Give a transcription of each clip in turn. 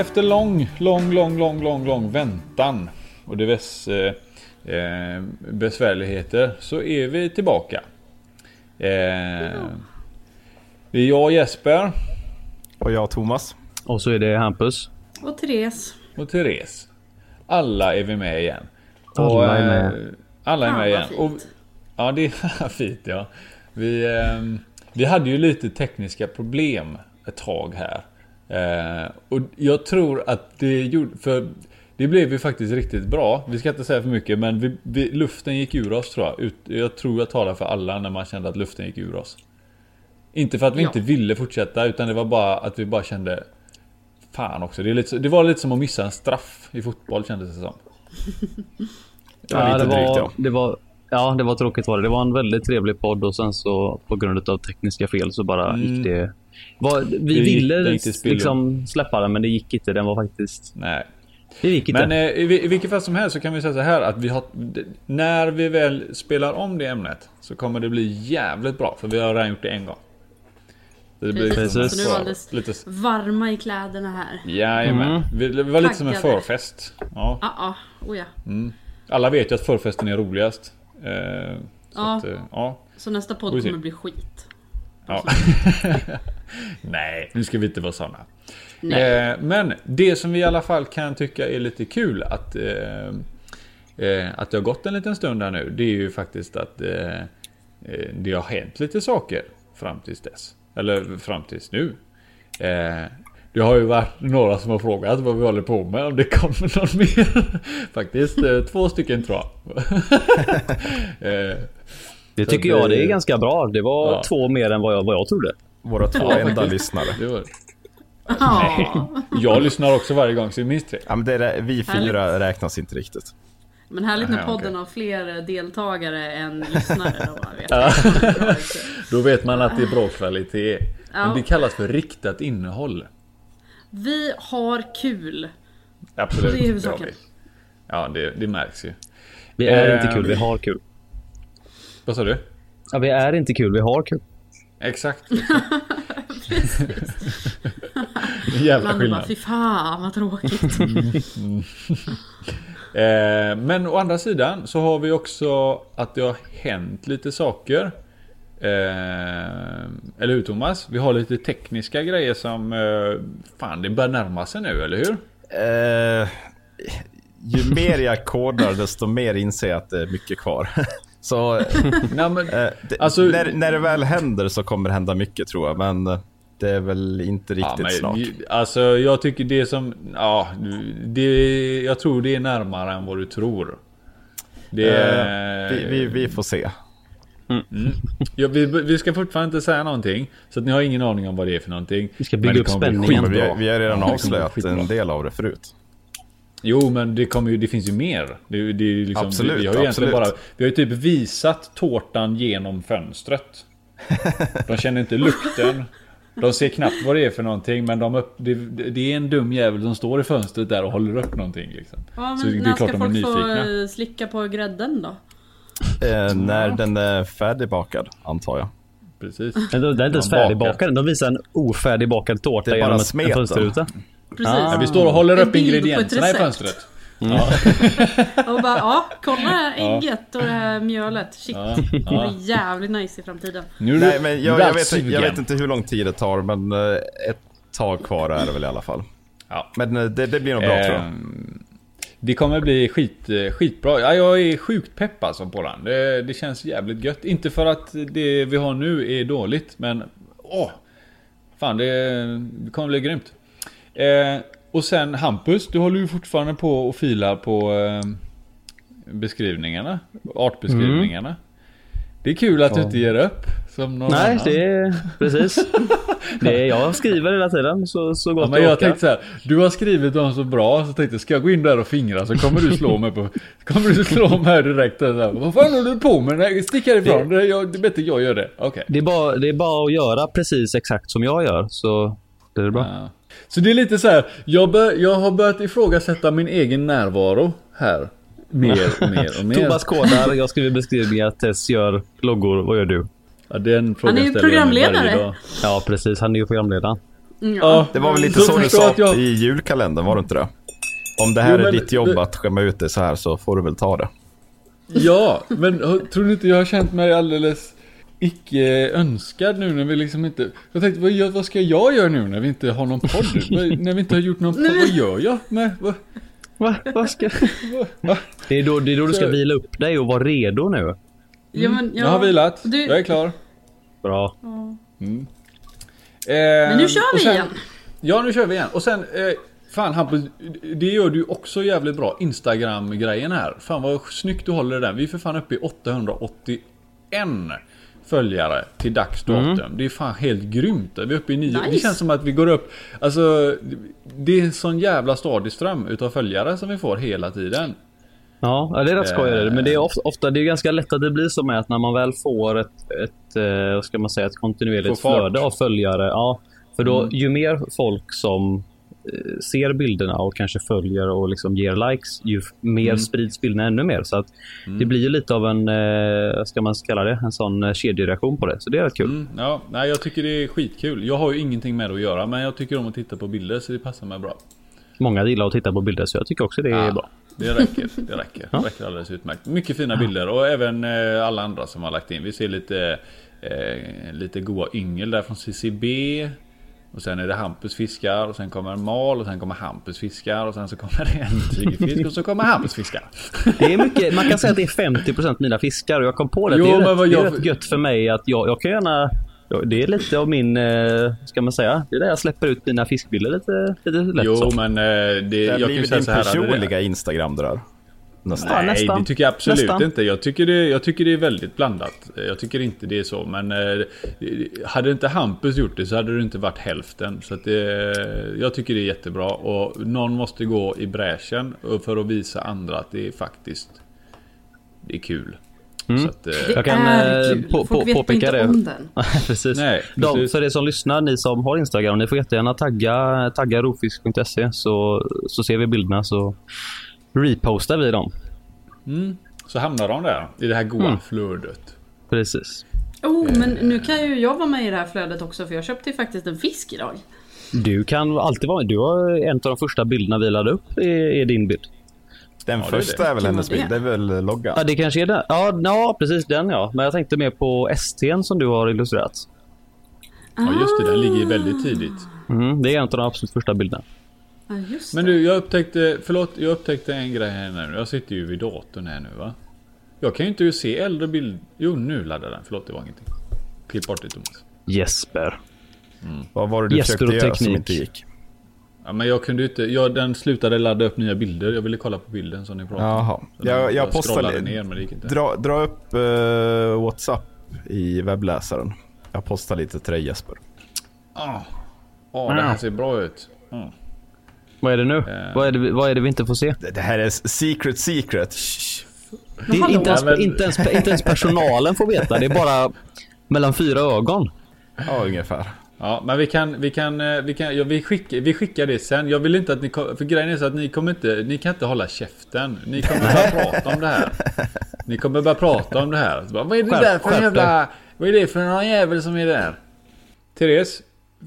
efter lång väntan och diverse besvärligheter så är vi tillbaka. Det är jag Jesper. Och jag Thomas. Och så är det Hampus. Och Therese. Alla är vi med igen. Alla är med. Alla är med igen. Och, ja, det är fint, ja. Vi hade ju lite tekniska problem ett tag här. Och jag tror att det gjorde... För det blev ju faktiskt riktigt bra. Vi ska inte säga för mycket, men luften gick ur oss, tror jag. Jag tror jag talar för alla när man kände att luften gick ur oss. Inte för att vi inte ville fortsätta, utan det var bara att vi bara kände... Fan också. Det var lite som att missa en straff i fotboll, kändes det som. Ja, det var tråkigt var det. Det var en väldigt trevlig podd och sen så på grund av tekniska fel så bara gick det... Vi ville liksom släppa den, men det gick inte. Den var faktiskt... Nej. Det gick inte. Men i vilket fall som helst så kan vi säga så här att när vi väl spelar om det ämnet så kommer det bli jävligt bra, för vi har redan gjort det en gång. Det blir precis. Så nu var det lite varma i kläderna här. Jajamän. Det var lite som en förfest. Ja. Alla vet ju att förfesten är roligast. Så nästa podd kommer bli skit. Ja. Nej, nu ska vi inte vara såna. Men det som vi i alla fall kan tycka är lite kul att det har gått en liten stund här nu, det är ju faktiskt att det har hänt lite saker fram tills dess. Eller fram tills nu. Det har ju varit några som har frågat vad vi håller på med, om det kommer någon mer. Faktiskt 2 stycken, tror jag. Det tycker jag det är ganska bra. Det var 2 mer än vad jag trodde. Våra 2 enda lyssnare. Det var... Nej, jag lyssnar också varje gång, så det är minst 3. Ja, men vi 4 räknas inte riktigt. Men härligt när podden har fler deltagare än lyssnare då, då vet man att det är bra kvalitet. Men det kallas för riktat innehåll. Vi har kul. Absolut. Det är huvudsaken. Ja, det märks ju. Vi är inte kul, vi har kul. Vad sa du? Ja, vi är inte kul, vi har kul. Exakt. Precis. Jävla skillnad. Bara, fy fan vad tråkigt. Men å andra sidan så har vi också att det har hänt lite saker. Eller hur, Thomas? Vi har lite tekniska grejer som det börjar närma sig nu, eller hur? Ju mer jag kodar desto mer inser jag att det är mycket kvar. Så när det väl händer så kommer det hända mycket, tror jag. Men det är väl inte riktigt snart. Alltså jag tycker det som jag tror det är närmare än vad du tror. Vi får se. Ja, vi ska fortfarande inte säga någonting, så att ni har ingen aning om vad det är för någonting. Vi ska bygga upp spänningen. Vi har redan avslöjat en del av det förut. Jo, men det finns ju mer. Det är liksom, absolut, vi har ju vi har ju typ visat tårtan genom fönstret. De känner inte lukten. De ser knappt vad det är för någonting, men det är en dum jävel som står i fönstret där och håller upp någonting liksom. Ja, så men det är klart ska de är folk nyfikna. få slicka på grädden då? När den är färdigbakad, antar jag. Precis. Men den är inte ens färdigbakad. De visar en ofärdigbakad tårta genom en fönsterruta. Precis. Vi står och håller upp ingredienserna i fönstret. Och bara, kolla ägget och det här mjölet. Shit, det blir jävligt nice i framtiden. Nej, men jag vet inte hur lång tid det tar, men ett tag kvar är det väl i alla fall. Men det blir nog bra, tror jag. Det kommer bli skitbra. Ja, jag är sjukt pepp alltså på den. Det känns jävligt gött. Inte för att det vi har nu är dåligt, men det kommer bli grymt. Och sen Hampus, du håller ju fortfarande på och filar på beskrivningarna, artbeskrivningarna. Det är kul att du inte ger upp som någon annan. Det är precis. Jag skriver hela tiden så gott men jag tänkte så här, du har skrivit dem så bra, så tänkte ska jag gå in där och fingra, så kommer du slå mig här direkt så här, vad fan håller du på med? Nej, stick härifrån. Det är bättre jag gör det. Okay. Det är bara att göra precis exakt som jag gör, så det är bra. Ja. Så det är lite så här, jag har börjat ifrågasätta min egen närvaro här. Mer och mer. Thomas kodar, jag skriver beskrivningar, Tess gör loggor, vad gör du? Ja, det är en fråga han är ju programledare. Ja, precis, han är ju programledare. Ja. Det var väl lite så du sa i julkalendern, var det inte det? Om det här är ditt jobb att skämma ut det så här, så får du väl ta det. Ja, men tror du inte jag har känt mig alldeles icke önskad nu när vi liksom inte... Jag tänkte, vad ska jag göra nu när vi inte har någon podd? När vi inte har gjort någon podd, vad gör jag? Vad ska... Det är då du ska vila upp dig och vara redo nu. Jag har vilat, jag är klar. Bra. Men nu kör vi igen. Ja, nu kör vi igen. Och sen... Fan Hampus, det gör du också jävligt bra. Instagram-grejen här. Fan vad snyggt du håller det där. Vi är för fan uppe i 881 följare till dags datum. Det är fan helt grymt. Vi är uppe i 9. Nice. Det känns som att vi går upp. Alltså, det är en sån jävla stadig ström utav följare som vi får hela tiden. Ja, det är rätt skojigt. Men det är ofta det är ganska lätt att det blir som att när man väl får ett vad ska man säga, ett kontinuerligt flöde av följare. Ja, för då ju mer folk som ser bilderna och kanske följer och liksom ger likes, ju mer sprids bilderna ännu mer, så att det blir ju lite av en ska man kalla det, en sån kedjereaktion på det, så det är rätt kul. Ja, nej, jag tycker det är skitkul. Jag har ju ingenting med det att göra, men jag tycker om att titta på bilder, så det passar mig bra. Många gillar att titta på bilder, så jag tycker också det är bra. Det räcker. Det räcker alldeles utmärkt. Mycket fina bilder, och även alla andra som har lagt in. Vi ser lite goa yngel där från CCB. Och sen är det Hampus fiskar, och sen kommer Mal, och sen kommer Hampus fiskar, och sen så kommer det en tygfisk, och så kommer Hampus fiskar. Det är mycket, man kan säga att det är 50% mina fiskar, och jag kom på det. Det är rätt gött för mig att jag kan gärna, det är lite av min, ska man säga, det är där jag släpper ut mina fiskbilder lite lätt. Jo, så. Men det jag kan säga säga så här, personliga Instagram där. Nästan. Nej, det tycker jag absolut inte. Jag tycker det är väldigt blandat. Jag tycker inte det är så. Men hade inte Hampus gjort det så hade det inte varit hälften. Så att jag tycker det är jättebra. Och någon måste gå i bräschen för att visa andra att det är faktiskt det är kul. Så att, jag kan påpeka det. Precis. Nej, precis. För det som lyssnar, ni som har Instagram, ni får jättegärna tagga rofisk.se, så ser vi bilderna, så repostar vi dem. Så hamnar de där i det här goda flödet. Precis. Men nu kan ju jag vara med i det här flödet också, för jag köpte ju faktiskt en fisk idag. Du kan alltid vara. Du har en av de första bilderna vi laddade upp är din bild. Den första är väl hennes bild, det är väl loggan. Ja, det kanske är den. Ja, precis den, ja. Men jag tänkte mer på ST:n som du har illustrerat. Ja, just det, den ligger väldigt tidigt. Det är en av de absolut första bilderna. Men du, jag upptäckte en grej här nu. Jag sitter ju vid datorn här nu, va? Jag kan ju inte se äldre bild. Jo, nu laddar den. Förlåt, det var ingenting. Klipp bort det, Thomas. Jesper. Vad var det du försökte göra som inte gick? Ja, men jag kunde inte. Den slutade ladda upp nya bilder. Jag ville kolla på bilden som ni pratade om. Jaha. Jag postade ner, men det gick inte. Dra upp WhatsApp i webbläsaren. Jag postar lite till dig, Jesper. Det här ser bra ut. Vad är det nu? Vad är det vi inte får se? Det här är secret. Det är inte ens personalen får veta. Det är bara mellan 4 ögon. Ja, ungefär. Ja, men vi skickar det sen. Jag vill inte att ni, för grejen är så att ni kan inte hålla käften. Ni kommer bara prata om det här. Så bara, vad är det där för jävla, vad är det för någon jävel som är där? Therese,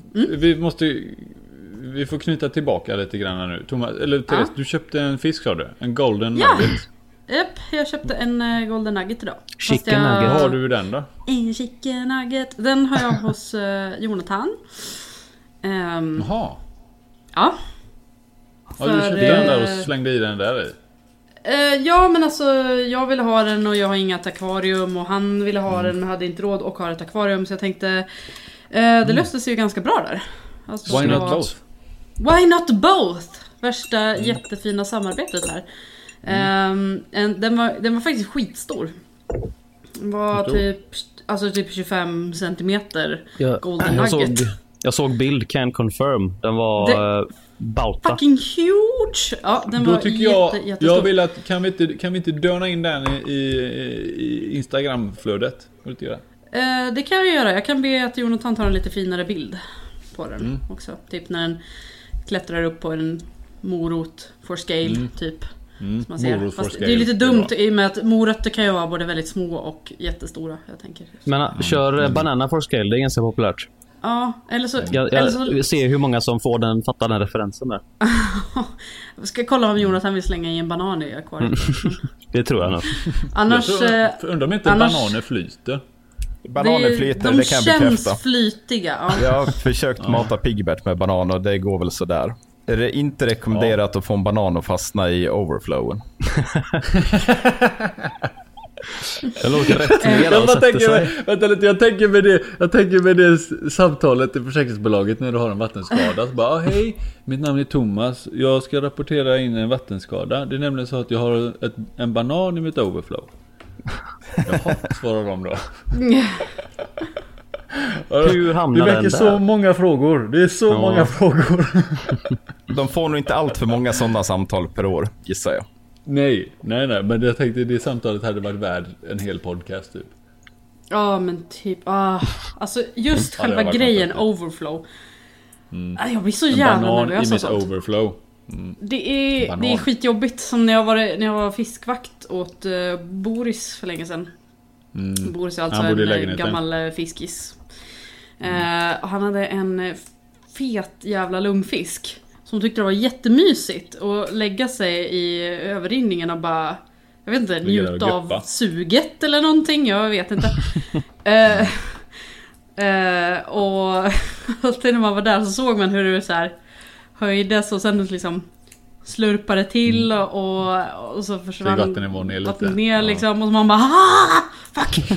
vi får knyta tillbaka lite grann nu. Thomas, eller Therese, du köpte en fisk, sa du? En golden nugget. Japp, jag köpte en golden nugget idag. Chicken nugget. Har du den då? En chicken nugget. Den har jag hos Jonathan. Jaha. Ja. Ja, du köpte den där och slängde i den där i. Ja, men alltså jag ville ha den och jag har inget akvarium, och han ville ha den men hade inte råd och ha ett akvarium, så jag tänkte det löste sig ju ganska bra där. Alltså, Why not both? Why not both? Värsta jättefina samarbetet där. Den var faktiskt skitstor. Den var typ 25 centimeter golden nugget. Jag såg bild, can confirm. Den var bauta. Fucking huge. Ja, den då var tycker jättestor. jag vill att kan vi inte döna in den i Instagramflödet? Vill du göra? Det kan jag göra. Jag kan be att Jonathan tar en lite finare bild på den också. Typ när den klättrar upp på en morot for scale typ. Man ser. Fast det är lite dumt i och med att morötter kan ju vara både väldigt små och jättestora, jag tänker. Men kör banana for scale, det är ganska populärt. Ja, eller så... Jag ser hur många som fattar den referensen där. Jag ska kolla om Jonathan vill slänga i en banan i akvariet. Det tror jag nog. Annars... Undrar om inte bananer flyter. Bananer flyter, det kan jag bekräfta. De känns flytiga. Ja. Jag har försökt mata Pigbert med bananer, det går väl sådär. Är det inte rekommenderat att få en banan och fastna i overflowen? Jag låter rätt ner och sätter sig. Vänta lite, jag tänker med det samtalet till försäkringsbolaget när du har en vattenskada. Så bara, hej, mitt namn är Thomas. Jag ska rapportera in en vattenskada. Det är nämligen så att jag har en banan i mitt overflow. Jaha, svarar de då. Hur hamnar det väcker så många frågor. Det är så många frågor. De får nog inte allt för många sådana samtal per år, gissar jag. Nej, men jag tänkte det samtalet hade varit värd en hel podcast typ. Ja, men typ alltså just själva grejen overflow. Jag blir så jävla nervös av sånt. Overflow. Det är skitjobbigt, som när jag var fiskvakt åt Boris för länge sedan. Boris är alltså en gammal fiskis. Han hade en fet jävla lungfisk som tyckte det var jättemysigt att lägga sig i överrinningen och bara, jag vet inte, njuta av suget eller någonting, jag vet inte. Och alltid när man var där så såg man hur det så här höjdes och sen liksom slurpade till och så försvann vattennivån ner liksom, och man bara fuck.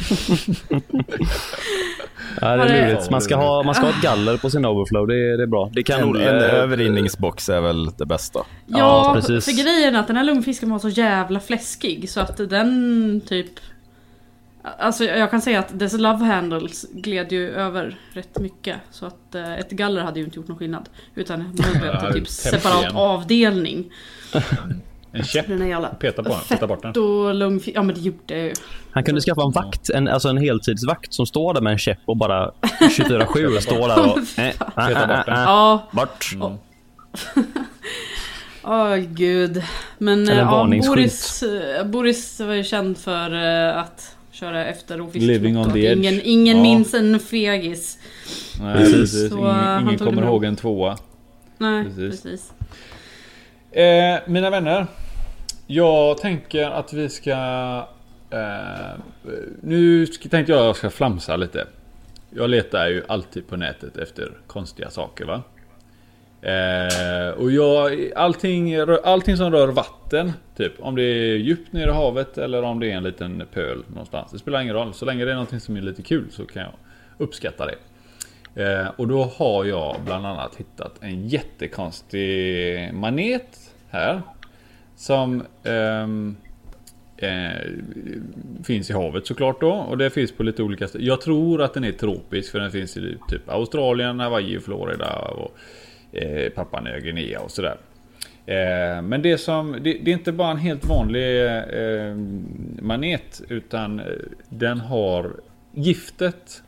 Ja, det är lurigt. Man ska ha ett galler på sin overflow. Det är bra. Det kan en överrinningsbox är väl det bästa. Ja, precis. För grejen är att den här lungfisken var så jävla fläskig så att den typ, alltså jag kan säga att dess love handles gled ju över rätt mycket, så att ett galler hade ju inte gjort någon skillnad, utan man behövde typ separat avdelning. En käpp, peta på den, peta bort den. Ja, men det gjorde ju. Han kunde skaffa en vakt, en heltidsvakt som står där med en käpp och bara 24/7 och står där och peta bort den. Ja. Bort. Åh gud. Men Boris var ju känd för att köra efter och Living on the edge. Ingen minns en fegis. Nej, precis. Ingen kommer ihåg en tvåa. Nej, precis. Mina vänner, jag tänker att vi ska tänkte jag ska flamsa lite. Jag letar ju alltid på nätet efter konstiga saker, va? Och allting som rör vatten, typ om det är djupt nere i havet eller om det är en liten pöl någonstans, det spelar ingen roll. Så länge det är någonting som är lite kul så kan jag uppskatta det. Och då har jag bland annat hittat en jättekonstig manet här som finns i havet såklart då, och det finns på lite olika ställen. Jag tror att den är tropisk, för den finns i typ Australien, Hawaii, Florida och Papua Nya Guinea och sådär. Men det är inte bara en helt vanlig manet, utan den har giftet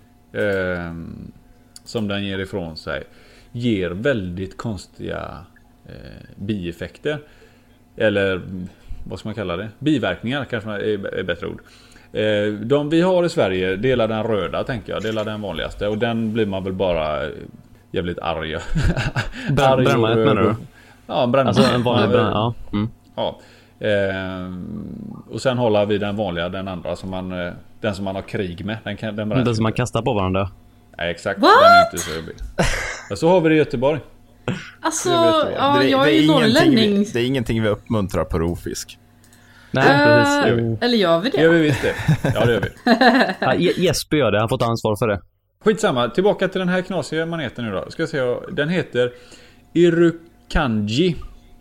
som den ger ifrån sig, ger väldigt konstiga bieffekter, eller vad ska man kalla det? Biverkningar kanske är bättre ord. De vi har i Sverige delar den röda, tänker jag, delar den vanligaste, och den blir man väl bara jävligt arg. Brännmanet menar du? Ja, brännmanet. Alltså en vanlig brännmanet, ja. Och sen håller vi den vanliga, den andra som den som man har krig med. Den som man kastar på varandra. Ja, exakt. What? Den är inte så jobbig. Så har vi det i Göteborg. Alltså, jag är ju norrlänning. Det är ingenting vi uppmuntrar på rovfisk. Nej, precis. Eller gör vi det? Gör vi visst det? Ja, det gör vi. Jesper gör det, han får ta ansvar för det. Skitsamma, tillbaka till den här knasiga maneten nu då. Ska jag säga, den heter Irukandji.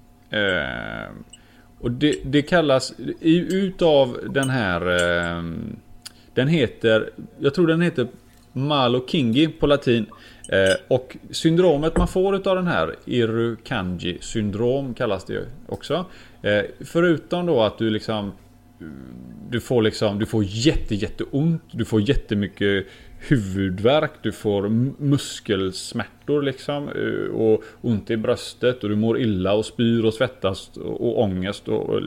Och det kallas utav den här jag tror den heter Malo-Kinghi på latin. Och syndromet man får utav den här Irukandji syndrom kallas det också. Förutom då att du får jätteont, du får jättemycket huvudvärk, du får muskelsmärtor och ont i bröstet, och du mår illa och spyr och svettas och ångest och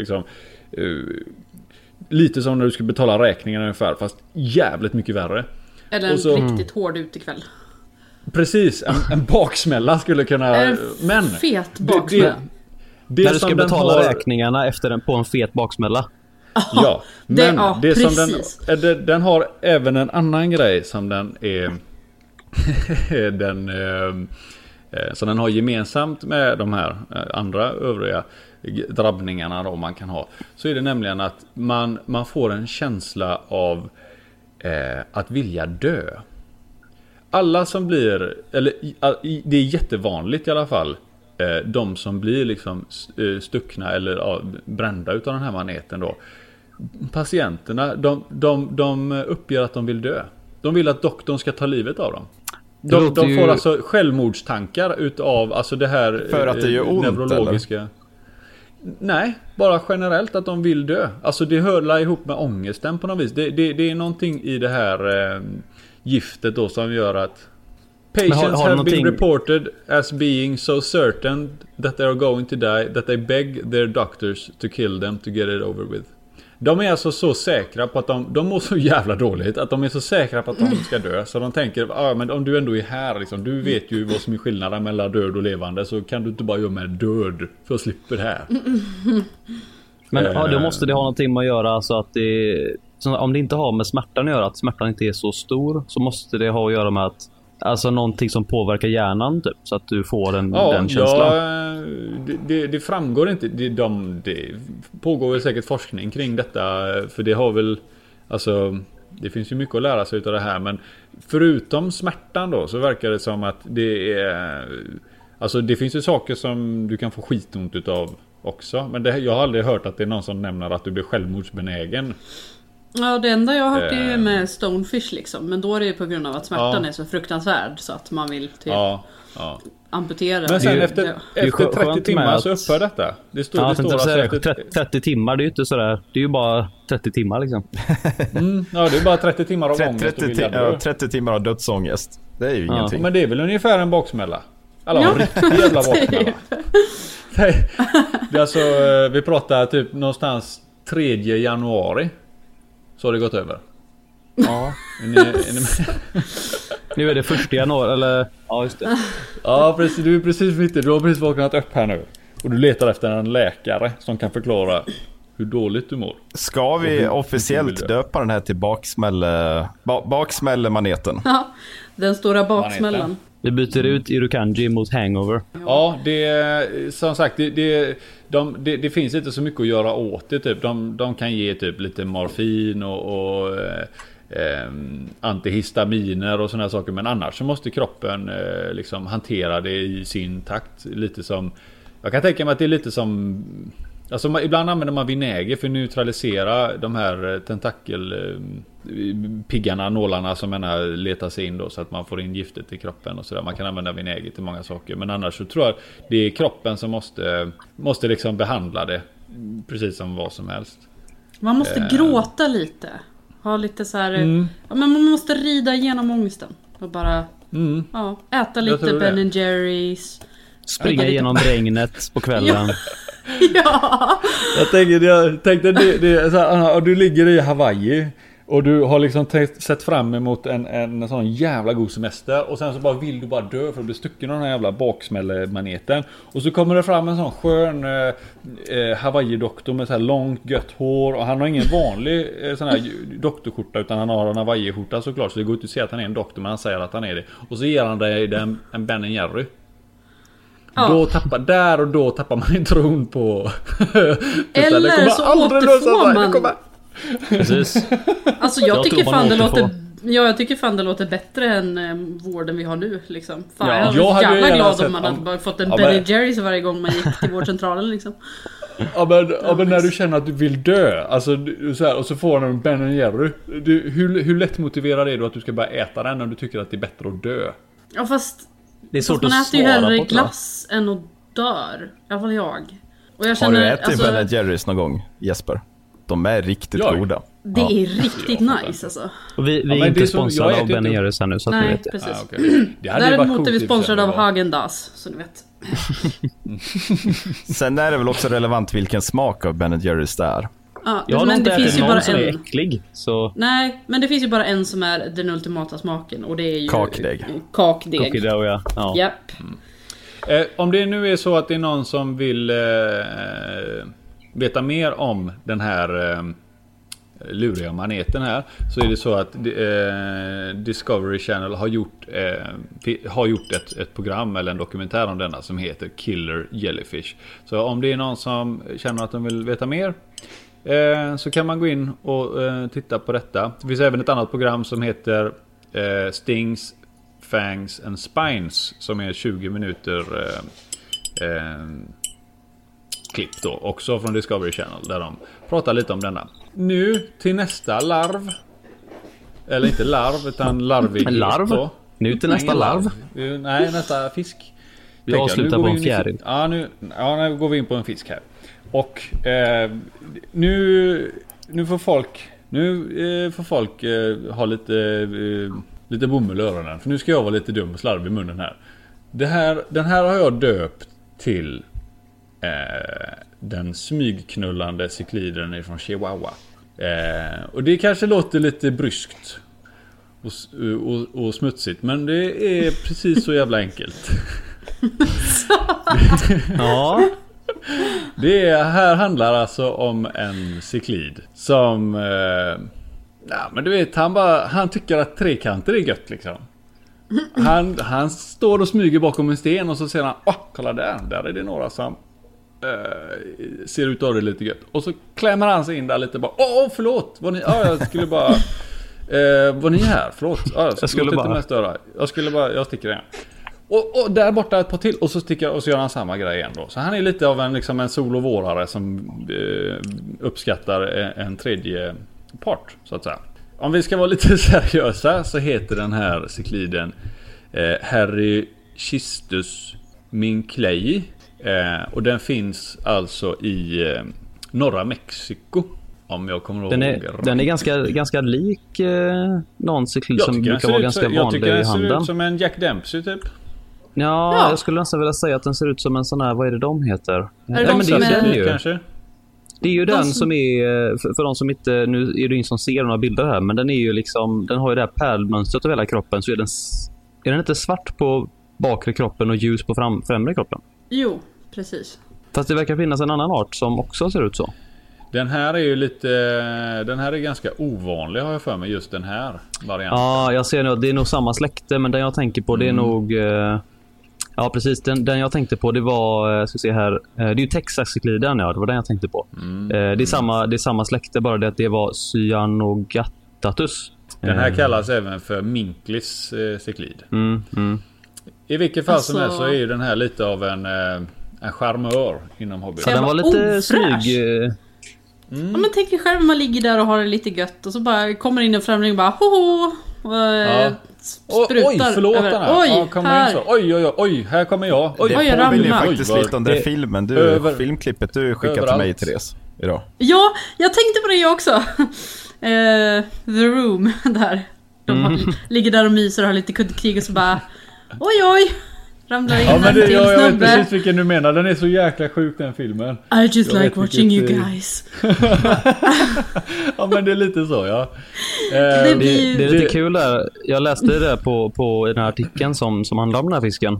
lite som när du ska betala räkningarna ungefär, fast jävligt mycket värre. Eller en riktigt hård utekväll. Precis, en baksmälla skulle kunna... Men... Fet baksmälla. Det när du ska betala räkningarna på en fet baksmälla. Ja, men det som den har även en annan grej som den är... så den har gemensamt med de här andra övriga drabbningarna då man kan ha. Så är det nämligen att man får en känsla av att vilja dö. Alla som blir, eller det är jättevanligt i alla fall, de som blir liksom stuckna eller brända utav den här maneten då. Patienterna, de uppger att de vill dö. De vill att doktorn ska ta livet av dem. De får alltså självmordstankar utav alltså det här för att det gör ont, neurologiska. Eller? Nej, bara generellt att de vill dö. Alltså det hör ihop med ångesten på något vis. Det är någonting i det här giftet då som gör att patients have been reported as being so certain that they are going to die that they beg their doctors to kill them to get it over with. De är alltså så säkra på att de mår så jävla dåligt att de är så säkra på att de ska dö. Så de tänker, men om du ändå är här liksom, du vet ju vad som är skillnaden mellan död och levande, så kan du inte bara göra med död för att slippa det här. Men då måste det ha någonting med att göra så att om det inte har med smärtan att göra, att smärtan inte är så stor, så måste det ha att göra med att alltså någonting som påverkar hjärnan typ, så att du får den känslan. Ja, det framgår inte. Det pågår väl säkert forskning kring detta, för det har väl alltså, det finns ju mycket att lära sig utav det här, men förutom smärtan då så verkar det som att det är alltså det finns ju saker som du kan få skitont utav också, men jag har aldrig hört att det är någon som nämner att du blir självmordsbenägen. Ja, det enda jag har hört är med stonefish liksom. Men då är det ju på grund av att smärtan är så fruktansvärd så att man vill typ amputera. Men sen efter 30 timmar så upphör detta. Det står alltså 30 timmar, det är ju inte sådär. Det är ju bara 30 timmar liksom. Ja, det är bara 30 timmar av ångest. 30 timmar av dödsångest. Det är ju ingenting. Men det är väl ungefär en baksmälla. En riktig jävla baksmälla. Det är alltså, vi pratar typ någonstans 3 januari. Så har det gått över. Ja. Nu är det 1 januari eller ja, just det. Ja, precis, du är precis mitt i. Du har precis vaknat upp här nu. Och du letar efter en läkare som kan förklara hur dåligt du mår. Ska vi officiellt döpa den här till baksmällemaneten? Ja, den stora baksmällan. Vi byter ut Irukanji mot Hangover. Ja, det som sagt det finns inte så mycket att göra åt det typ. De kan ge typ lite morfin och antihistaminer och såna saker, men annars så måste kroppen liksom hantera det i sin takt, lite som jag kan tänka mig att det är lite som alltså ibland använder man vinäger för att neutralisera de här tentakelpiggarna, nålarna som letar sig in då, så att man får in giftet i kroppen och sådär. Man kan använda vinäger till många saker, men annars så tror jag det är kroppen som måste liksom behandla det precis som vad som helst. Man måste gråta lite. Ha lite så här men man måste rida igenom ångesten och bara äta lite Ben & Jerry's, springa igenom regnet på kvällen. Ja. Jag tänkte det är så här, du ligger i Hawaii och du har liksom sett fram emot en sån jävla god semester, och sen så bara vill du bara dö för att bli stucken av den här jävla baksmällemaneten, och så kommer det fram en sån skön Hawaii-doktor med så här långt gött hår, och han har ingen vanlig sån här doktorskjorta utan han har en Hawaii-skjorta såklart, så det går inte att se att han är en doktor, men han säger att han är det, och så ger han dig en Ben & Jerry. Då tappar man inte tron på eller så återfår man. Precis. Alltså jag tycker fan det låter bättre än vården vi har nu liksom. Fan, jag hade jävla glad om man hade fått en Ben & Jerry's varje gång man gick till vårdcentralen liksom. Men när du känner att du vill dö, alltså så här, och så får du en Ben & Jerry, hur lätt motiverar det då att du ska börja äta den när du tycker att det är bättre att dö? Ja, fast det är svårt man att äter ju hellre glass än att dör. I alla fall jag. Och jag känner, har du ätit Ben & Jerry's någon gång, Jesper? De är riktigt goda. Det är riktigt nice alltså. Och vi är inte sponsrade av Ben & Jerry's här nu, så att nej, ni vet. Precis. Okay. Däremot är vi sponsrade av Häagen-Dazs, så ni vet. Sen är det väl också relevant vilken smak av Ben & Jerry's det är. Ja, jag har men inte det finns ju bara som en. Är äcklig, så... Nej, men det finns ju bara en som är den ultimata smaken. Och det är ju... Kakdeg. Kakdeg. Ja. Japp. Om det nu är så att det är någon som vill veta mer om den här luriga maneten här, så är det så att Discovery Channel har gjort ett program eller en dokumentär om denna som heter Killer Jellyfish. Så om det är någon som känner att de vill veta mer, så kan man gå in och titta på detta. Det finns även ett annat program som heter Stings, Fangs and Spines, som är 20 minuter klipp då, också från Discovery Channel, där de pratar lite om denna. Nu till nästa larv. Eller inte larv, utan larvig. Larv? Då. Nu till nästa larv? Nej, nästa fisk. Vi avslutar på en fjäril. Nu går vi in på en fisk här. Och nu får folk ha lite bomull i öronen. För nu ska jag vara lite dum och slarvig i munnen här. Den här har jag döpt till den smygknullande cykliden från Chihuahua. Och det kanske låter lite bryskt och smutsigt, men det är precis så jävla enkelt. Ja. Här handlar alltså om en cyklid som men du vet, han tycker att trekanter är gött liksom. Han står och smyger bakom en sten och så ser han, kolla där är det några som ser ut att det lite gött. Och så klämmer han sig in där lite bara, förlåt, var ni, jag skulle bara var ni här, förlåt, jag skulle bara mest störa. Jag sticker igen. Och där borta ett par till, och så sticker och så gör han samma grej igen då. Så han är lite av en solovårare som uppskattar en tredje part, så att säga. Om vi ska vara lite seriösa, så heter den här cykliden Herrichistus minklei. Och den finns alltså i norra Mexiko, om jag kommer ihåg. Den är ganska lik någon cyklid som brukar vara ganska vanlig i handeln. Jag tycker den ser ut som en Jack Dempsey typ. Ja, jag skulle nästan vilja säga att den ser ut som en sån här, vad är det de heter? Är det men det är den ju. Kanske? Det är ju den som är, för de som inte, nu är det ingen som ser några bilder här, men den är ju liksom, den har ju det här pärlmönstret över hela kroppen, så är den inte svart på bakre kroppen och ljus på främre kroppen? Jo, precis. Fast det verkar finnas en annan art som också ser ut så. Den här är ju den här är ganska ovanlig, har jag för mig, just den här varianten. Ja, jag ser nu, det är nog samma släkte, men den jag tänker på det är nog ja, precis, den jag tänkte på, det var, ska se här, det är ju Texas-cykliden, det var den jag tänkte på. Det är samma släkte, bara det att det var Cyanogattatus. Den här kallas även för Minklis cyklid. I vilket fall som helst så är ju den här lite av en charmör inom hobby. Så den var lite snygg. Ja, men tänk dig själv, man ligger där och har det lite gött och så bara kommer in en främling och bara hoho, sprutar. Oj, förlåt över. Oj, här kommer jag. Det påminner ju faktiskt lite om den filmen filmklippet du skickade till mig, Therese, idag. Ja, jag tänkte på det också. The Room där. Ligger där och myser och har lite kuddkrig och så bara oj, ramlar in men jag vet precis vilken du menar. Den är så jäkla sjuk, den filmen. I just like watching you guys. Ja, men det är lite så, ja. Det är lite kul där. Jag läste det där på den här artikeln som handlar om den här fisken.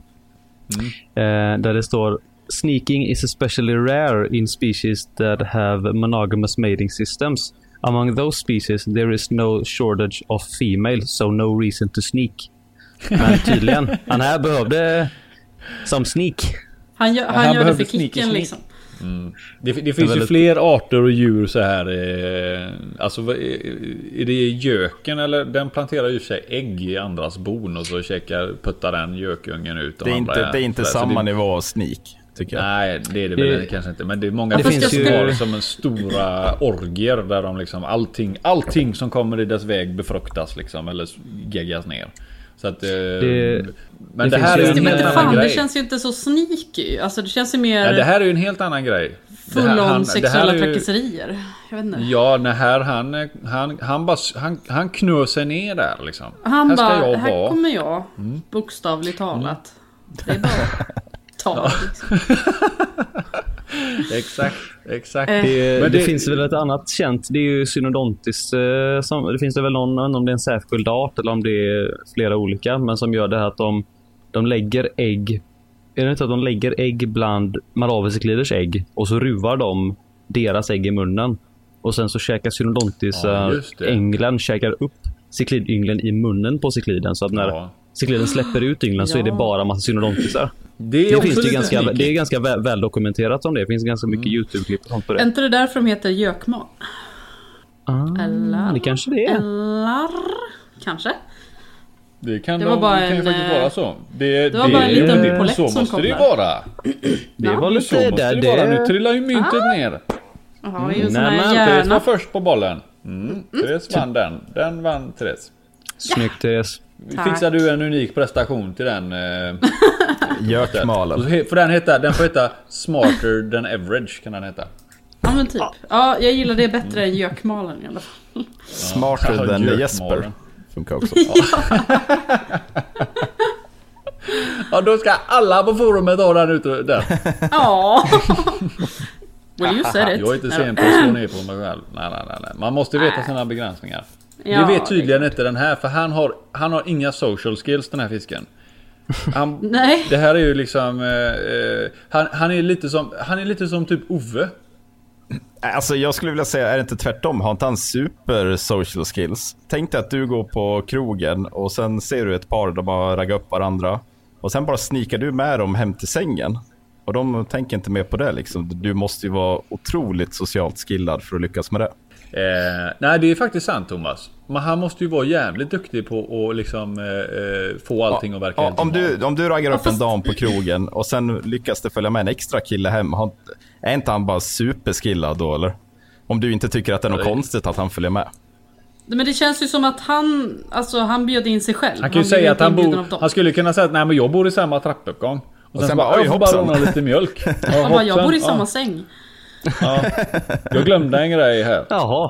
Där det står: sneaking is especially rare in species that have monogamous mating systems. Among those species there is no shortage of females, so no reason to sneak. Men tydligen, han här behövde som sneak. Han gör det för kicken liksom. Det finns ju fler arter och djur så här. Alltså är det göken, eller den planterar ju sig ägg i andras bon och så puttar den gökungen ut. Och det är inte samma nivå av sneak, tycker jag. Nej, det är det väl kanske inte. Men det är många fiskar har som en stora orger där de liksom allting som kommer i dess väg befruktas liksom, eller geggas ner. Så att, men det här är ju en helt annan grej. Det känns ju inte så sneaky. Alltså det känns ju mer... Ja, det här är ju en helt annan grej. Full on sexuella trakasserier. Jag vet inte. Ja, han knör sig ner där liksom. Han bara, här kommer jag. Bokstavligt talat. Det är bara ta liksom. Exakt. Det finns väl ett annat känt, det är ju synodontis. Det finns det väl någon, om det är en särskild art eller om det är flera olika, men som gör det här att de lägger ägg. Är det inte att de lägger ägg bland maravicekliders ägg och så ruvar de deras ägg i munnen och sen så käkar synodontis ängeln käkar upp cyklidyngeln i munnen på cykliden, så att när cykliden släpper ut ynglen så är det bara massa synodontisar. Det finns ju det är ganska väl dokumenterat om det. Det finns ganska mycket YouTube-klipp och sånt på det. Är inte det därför de heter gökmal? Eller? Det kanske det är. Eller? Kanske. Det kan ju faktiskt vara så. Det var bara en liten polett som kom där. Så måste det vara. Det var lite där. Nu trillar ju myntet ner. Jaha, det är ju sån här hjärna. Therese var först på bollen. Therese vann den. Den vann Therese. Snyggt, Therese. Fixar du en unik prestation till den gökmalen? För den får heta Smarter than Average, kan den heta. Ja, men typ. Ja, jag gillar det bättre än gökmalen i alla fall. Smarter than Jesper. Funkar också. Ja, då ska alla på forumet ha den ute där. Ja. Well, you said it. Jag är inte sen på att slå ner på mig själv. Nej. Man måste veta sina begränsningar. Ja, vi vet tydligen inte den här, för han har inga social skills, den här fisken. Nej. Det här är ju liksom han är lite som typ Ove. Alltså jag skulle vilja säga, är det inte tvärtom? Har inte han super social skills? Tänk dig att du går på krogen och sen ser du ett par där bara raggar upp varandra och sen bara snikar du med dem hem till sängen. Och de tänker inte mer på det liksom. Du måste ju vara otroligt socialt skillad för att lyckas med det. Nej, det är faktiskt sant, Thomas. Men han måste ju vara jävligt duktig på att liksom, få allting att verka. Om du raggar upp en dam på krogen och sen lyckas det följa med en extra kille hem, är inte han bara superskillad då, eller? Om du inte tycker att det är något konstigt att han följer med. Men det känns ju som att han bjöd in sig själv. Han kan ju säga att han skulle kunna säga att nej, men jag bor i samma trappuppgång. Och sen bara, jag får bara låna lite mjölk. Jag bor i samma säng. Ja. Jag glömde en grej här. Jaha.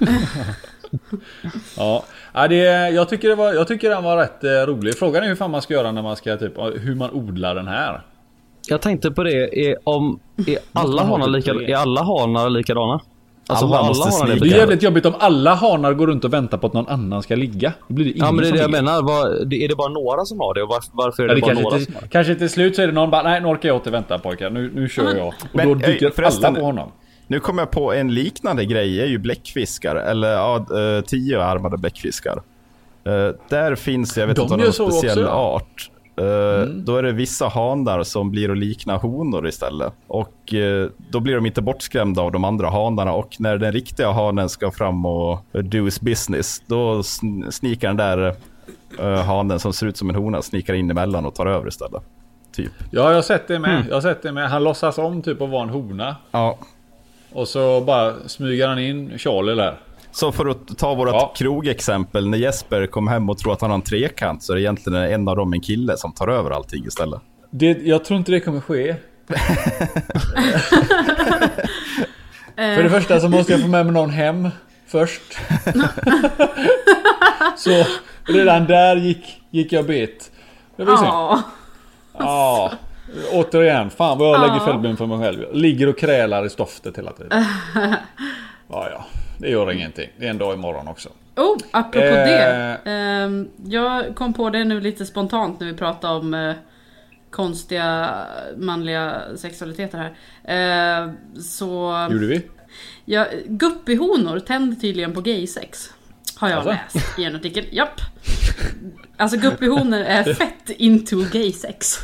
Ja, jag tycker den var rätt rolig. Frågan är hur fan man ska göra när man ska hur man odlar den här. Jag tänkte på det, är alla hanar likadana? Alltså det är jävligt jobbigt om alla hanar går runt och väntar på att någon annan ska ligga. Då blir det ingen men det är som det jag menar. Är det bara några som har det? Och varför är det bara några som har det? Kanske till slut så är det någon bara, nej, nu orkar jag inte vänta pojkar. Nu kör jag. Och då dyker alla på honom. Nu kommer jag på en liknande grej, är ju bläckfiskar. Eller 10-armade bläckfiskar. Där finns, jag vet inte om någon speciell art. Då är det vissa hanar som blir att likna honor istället. Och då blir de inte bortskrämda av de andra hanarna. Och när den riktiga hanen ska fram och do his business, då snikar den där hanen som ser ut som en hona snikar in emellan och tar över istället. Typ. Ja, jag har sett det med. Han låtsas om typ att vara en hona. Ja. Och så bara smyger han in Charlie där. Så för att ta vårt krogexempel, när Jesper kom hem och tror att han har en trekant, så är det egentligen en av dem en kille som tar över allting istället. Jag tror inte det kommer ske. För det första så måste jag få med mig någon hem först. Så redan där gick jag bet. Det vill se. Ja. Återigen, fan vad jag lägger fällben för mig själv. Jag ligger och krälar i stoftet hela tiden. Ja, det gör ingenting. Det är en dag imorgon också. Apropå det. Jag kom på det nu lite spontant när vi pratade om konstiga manliga sexualiteter här. Så gjorde vi? Ja, guppihonor tänder tydligen på gaysex. Har jag läst i en artikel. Japp. Alltså guppihonor är fett into gaysex.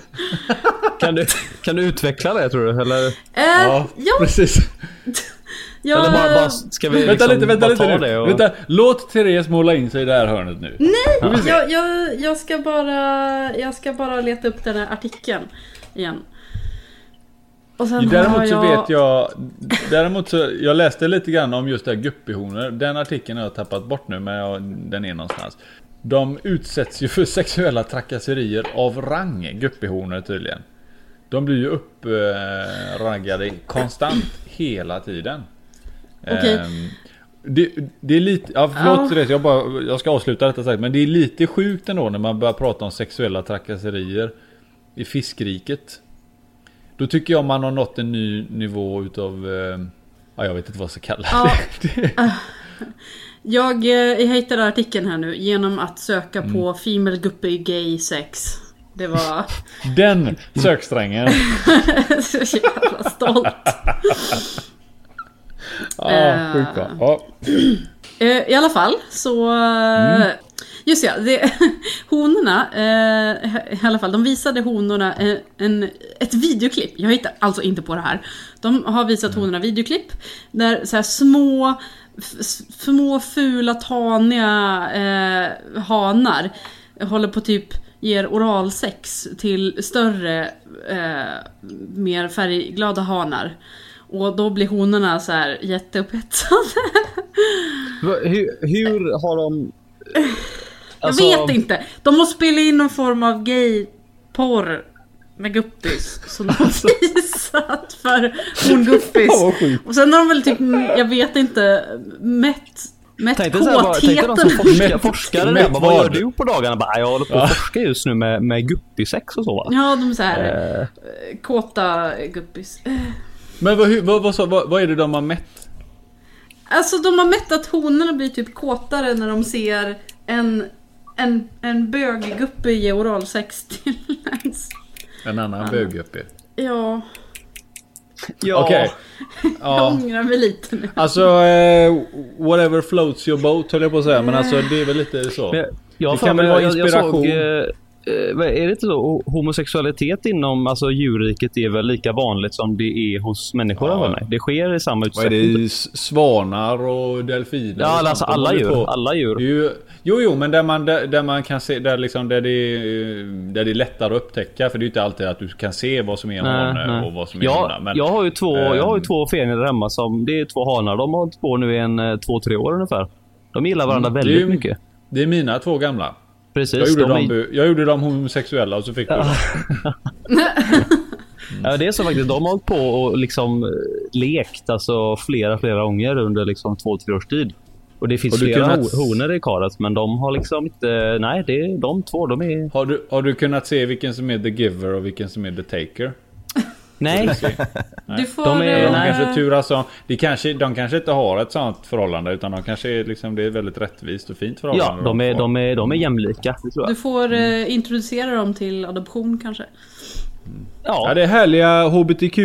Kan du utveckla det, tror du? Eller? Ja, precis. Eller bara ska vi vänta liksom lite nu. Vänta, låt Therese måla in sig i det här hörnet nu. Nej, jag ska bara leta upp den här artikeln igen. Och sen däremot så jag läste lite grann om just det här guppihonor. Den artikeln har jag tappat bort nu, men den är någonstans. De utsätts ju för sexuella trakasserier av rang, guppihonor tydligen. De blir ju uppraggade konstant hela tiden. Okay. Det är lite, förlåt Therese, jag ska avsluta detta sagt, men det är lite sjukt ändå när man börjar prata om sexuella trakasserier i fiskriket. Då tycker jag man har nått en ny nivå utav... jag vet inte vad jag ska kalla det. Jag hittade artikeln här nu genom att söka på Female Guppy Gay Sex. Det var... Den söksträngen. Så jävla stolt. Sjukt bra. I alla fall så... Just honorna, i alla fall, de visade honorna ett videoklipp. Jag hittar alltså inte på det här. De har visat honorna videoklipp där så här små fula taniga hanar håller på typ ger oralsex till större mer färgglada hanar. Och då blir honorna så här jätteupphetsade. Hur har de... Alltså... Jag vet inte. De måste spela in någon form av gay-porr med guppis som de har visat för honguppis. Och sen har de väl typ, jag vet inte, mätt kåtheten. Forskare där, vad gör du på dagarna? Jag håller på att forska just nu med guppisex och så, va? Ja, de är så här kåta guppis. Men vad är det de har mätt? Alltså de har mätt att honorna blir typ kåtare när de ser en bögguppi ge oralsex till en annan bögguppi. Ja. Okej. Jag ångrar mig lite nu. Alltså whatever floats your boat, höll jag på att säga. Men alltså det är väl lite så. Det kan väl vara inspiration. Är det inte så? Homosexualitet inom alltså, djurriket är väl lika vanligt som det är hos människor över mig. Det sker i samma utsträckning. Vad är det? Svanar och delfiner? Ja, alltså alla djur. Jo, men där man kan se där det är lättare att upptäcka, för det är ju inte alltid att du kan se vad som är en hane och vad som är hona. Men jag har ju två fenor hemma som det är två hanar. De har hållit på nu i 2-3 år ungefär. De gillar varandra väldigt mycket. Det är mina två gamla. Precis, jag gjorde dem homosexuella och så fick du Ja, det är så faktiskt. De har hållit på och liksom lekt alltså flera gånger under liksom 2-3 års tid. Och det finns flera honor i karet, men de har liksom inte... Nej, det är de två, de är... Har du kunnat se vilken som är the giver och vilken som är the taker? Nej. Du får... kanske turas om. De kanske inte har ett sånt förhållande, utan de kanske är liksom, det är väldigt rättvist och fint förhållande. Ja, de är jämlika, det tror jag. Du får introducera dem till adoption kanske. Ja, det är härliga HBTQ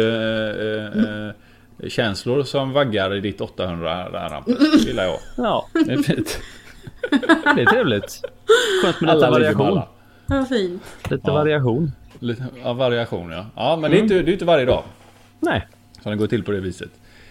känslor som vaggar i ditt 800 där. Det gillar jag. Ja, det är fint. Det är trevligt. Skönt med lite variation. Vad fint. Lite variation. Variation, ja. Ja, men det är inte varje dag. Nej. Så det går till på det viset.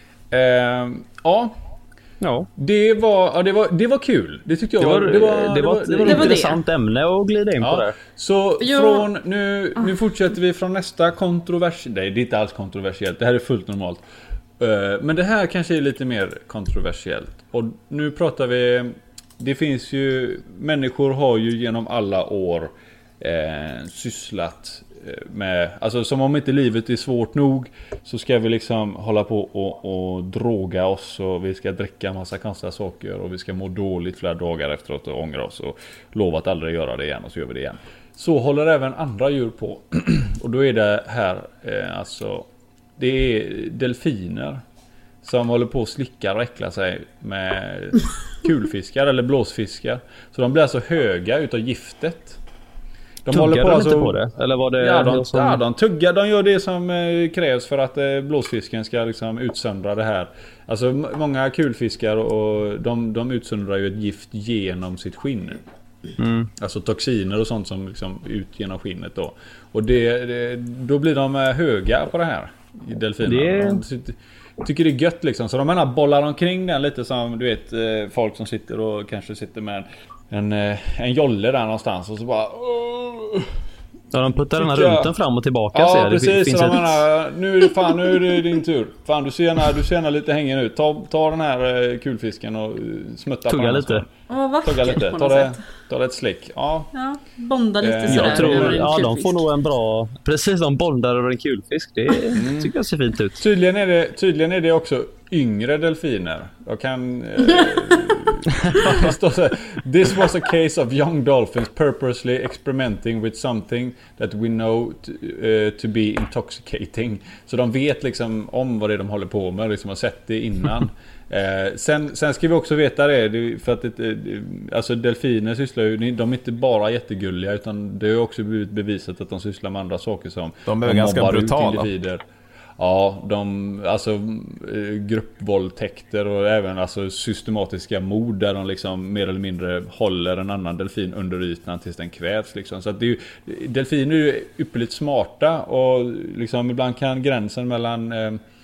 Ja. Det var kul. Det tyckte jag det var ett intressant ämne att glida in på där. Så från nu fortsätter vi från nästa kontrovers. Nej, det är inte alls kontroversiellt. Det här är fullt normalt. Men det här kanske är lite mer kontroversiellt. Och nu pratar vi. Det finns ju, människor har ju genom alla år sysslat med, alltså som om inte livet är svårt nog, så ska vi liksom hålla på och droga oss, och vi ska dricka en massa konstiga saker, och vi ska må dåligt flera dagar efteråt och ångra oss och lova att aldrig göra det igen, och så gör vi det igen. Så håller även andra djur på. Och då är det här alltså, det är delfiner som håller på att slicka och äckla sig med kulfiskar eller blåsfiskar. Så de blir alltså höga utav giftet. De håller på, alltså, inte på det? Eller var det de tuggar, de gör det som krävs för att blåsfisken ska liksom utsöndra det här. Alltså många kulfiskar och de utsöndrar ju ett gift genom sitt skinn. Alltså toxiner och sånt som liksom ut genom skinnet då. Och då blir de höga på det här, delfinerna. Tycker det är gött liksom. Så de bollar omkring den lite som du vet, folk som sitter och kanske sitter med en jolle där någonstans och så bara ja, de puttar den här runt fram och tillbaka. Ja, precis. Så nu är det din tur. Fan, du ser gärna lite hängen ut. Ta den här kulfisken och smutta tugga lite. Tugga lite. Ta det ett slick. Ja, bonda lite sådär. Jag tror de får nog en bra... Precis, de bondar över en kulfisk. Det tycker jag ser fint ut. Tydligen är det också yngre delfiner. Jag kan Det står så här, this was a case of young dolphins purposely experimenting with something that we know to be intoxicating. Så de vet liksom om vad det är de håller på med, liksom har sett det innan. Sen ska vi också veta det för att alltså delfiner sysslar ju, de är inte bara jättegulliga, utan det har också blivit bevisat att de sysslar med andra saker som de är ganska brutala. Ja, alltså gruppvåldtäkter och även alltså systematiska mord där de liksom mer eller mindre håller en annan delfin under ytan tills den kvävs liksom. Så att det är ju, delfiner är ju ypperligt smarta, och liksom ibland kan gränsen mellan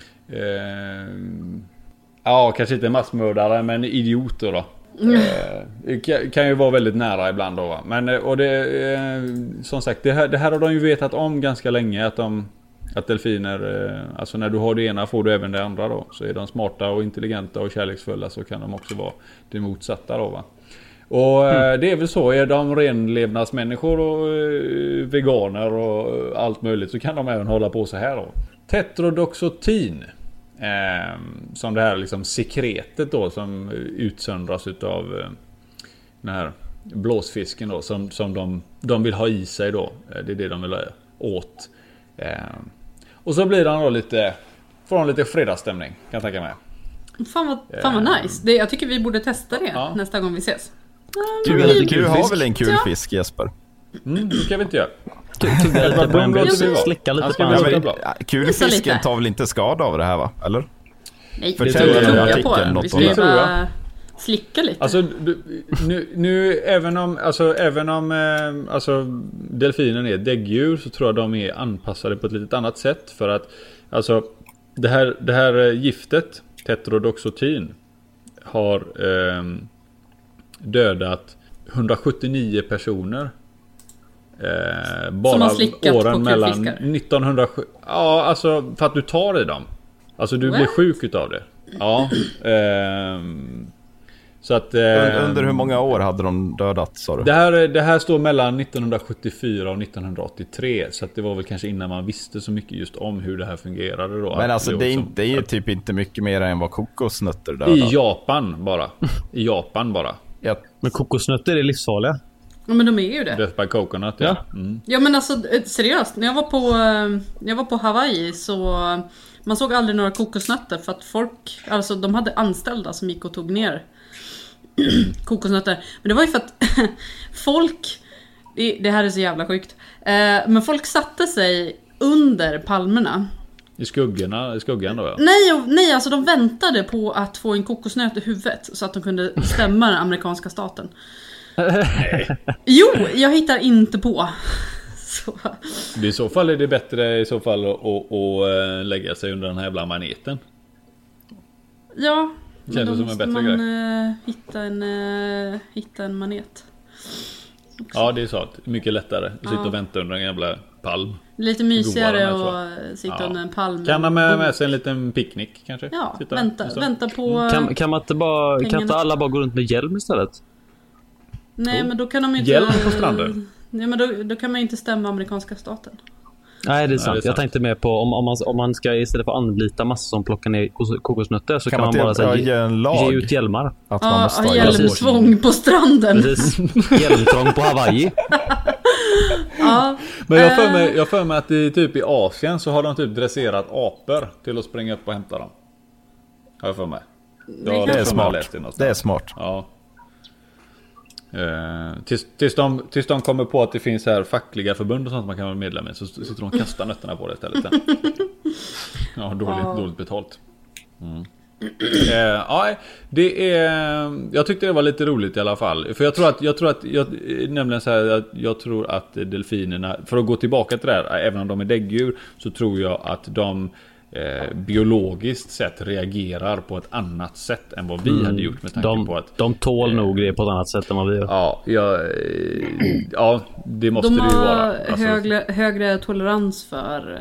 kanske inte massmördare, men idioter då. Kan ju vara väldigt nära ibland då, va? Men och det som sagt, det här har de ju vetat om ganska länge, att delfiner, alltså när du har det ena får du även det andra då. Så är de smarta och intelligenta och kärleksfulla, så kan de också vara det motsatta då, va. Och det är väl så, är de renlevnadsmänniskor och veganer och allt möjligt, så kan de även hålla på så här då. Tetrodotoxin, som det här liksom sekretet då, som utsöndras utav den här blåsfisken då, som de vill ha i sig då. Det är det de vill ha åt. Och så blir han då lite fredagsstämning, kan jag tänka mig. Fan vad nice. Jag tycker vi borde testa det nästa gång vi ses. Du har väl en kul fisk, Jesper? Det kan vi inte göra. Slicka lite på kulfisken tar väl inte skada av det här, va? Eller? Nej, det tror jag på. Vi ska bara slicka lite. Alltså nu även om delfinen är däggdjur, så tror jag de är anpassade på ett lite annat sätt, för att alltså det här giftet tetrodotoxin har dödat 179 personer. Bara åren mellan 1907. Ja, alltså för att du tar i dem. Alltså du blir sjuk utav det. Ja. Så att under hur många år hade de dödat, sa du? Det här står mellan 1974 och 1983, så att det var väl kanske innan man visste så mycket just om hur det här fungerade då. Men alltså det är ju typ inte mycket mer än vad kokosnötter dödar. I Japan bara. Ja. Men kokosnötter är livsfarliga. Ja, men de är ju det. Death by coconut, ja. Ja, men alltså seriöst, när jag var på Hawaii, så man såg aldrig några kokosnötter, för att folk, alltså de hade anställda som gick och tog ner kokosnötter. Men det var ju för att folk, det här är så jävla sjukt, men folk satte sig under palmerna. I skuggan då, ja. Nej, alltså de väntade på att få en kokosnöt i huvudet, så att de kunde stämma den amerikanska staten. Jo, jag hittar inte på. Så. I så fall är det bättre att lägga sig under den här jävla maneten. Ja, men då måste man hitta en manet också. Ja, det är så. Mycket lättare att sitta och vänta under en jävla palm. Lite mysigare att sitta under en palm. Kan man med sig en liten picknick kanske? Ja, vänta på... Kan inte alla bara gå runt med hjälm istället? Nej, men då kan de inte... Hjälm på stranden? Nej, men då kan man inte stämma amerikanska staten. Nej, det är sant. Jag tänkte med på om man ska istället för anlita massor som plockar ner kokosnötter, så kan man bara ge ut hjälmar. Att man måste ha hjälmtvång på stranden. Precis. Hjälmtvång på Hawaii. Ja. Men jag för mig att typ i Asien så har de typ dresserat apor till att springa upp och hämta dem. Har jag för mig. Det är smart. Det är smart. Ja. Tills de kommer på att det finns här fackliga förbund och sånt man kan vara medlem i, så sitter de och kastar nötterna på det istället. Ja, dåligt betalt. Ja, det är, jag tyckte det var lite roligt i alla fall. För jag tror att nämligen så här, att jag tror att delfinerna, för att gå tillbaka till det här, även om de är däggdjur, så tror jag att de biologiskt sett reagerar på ett annat sätt än vad vi hade gjort, med tanke på att de tål nog det på ett annat sätt än vad vi gör. Ja, det måste det ju vara. De har högre tolerans för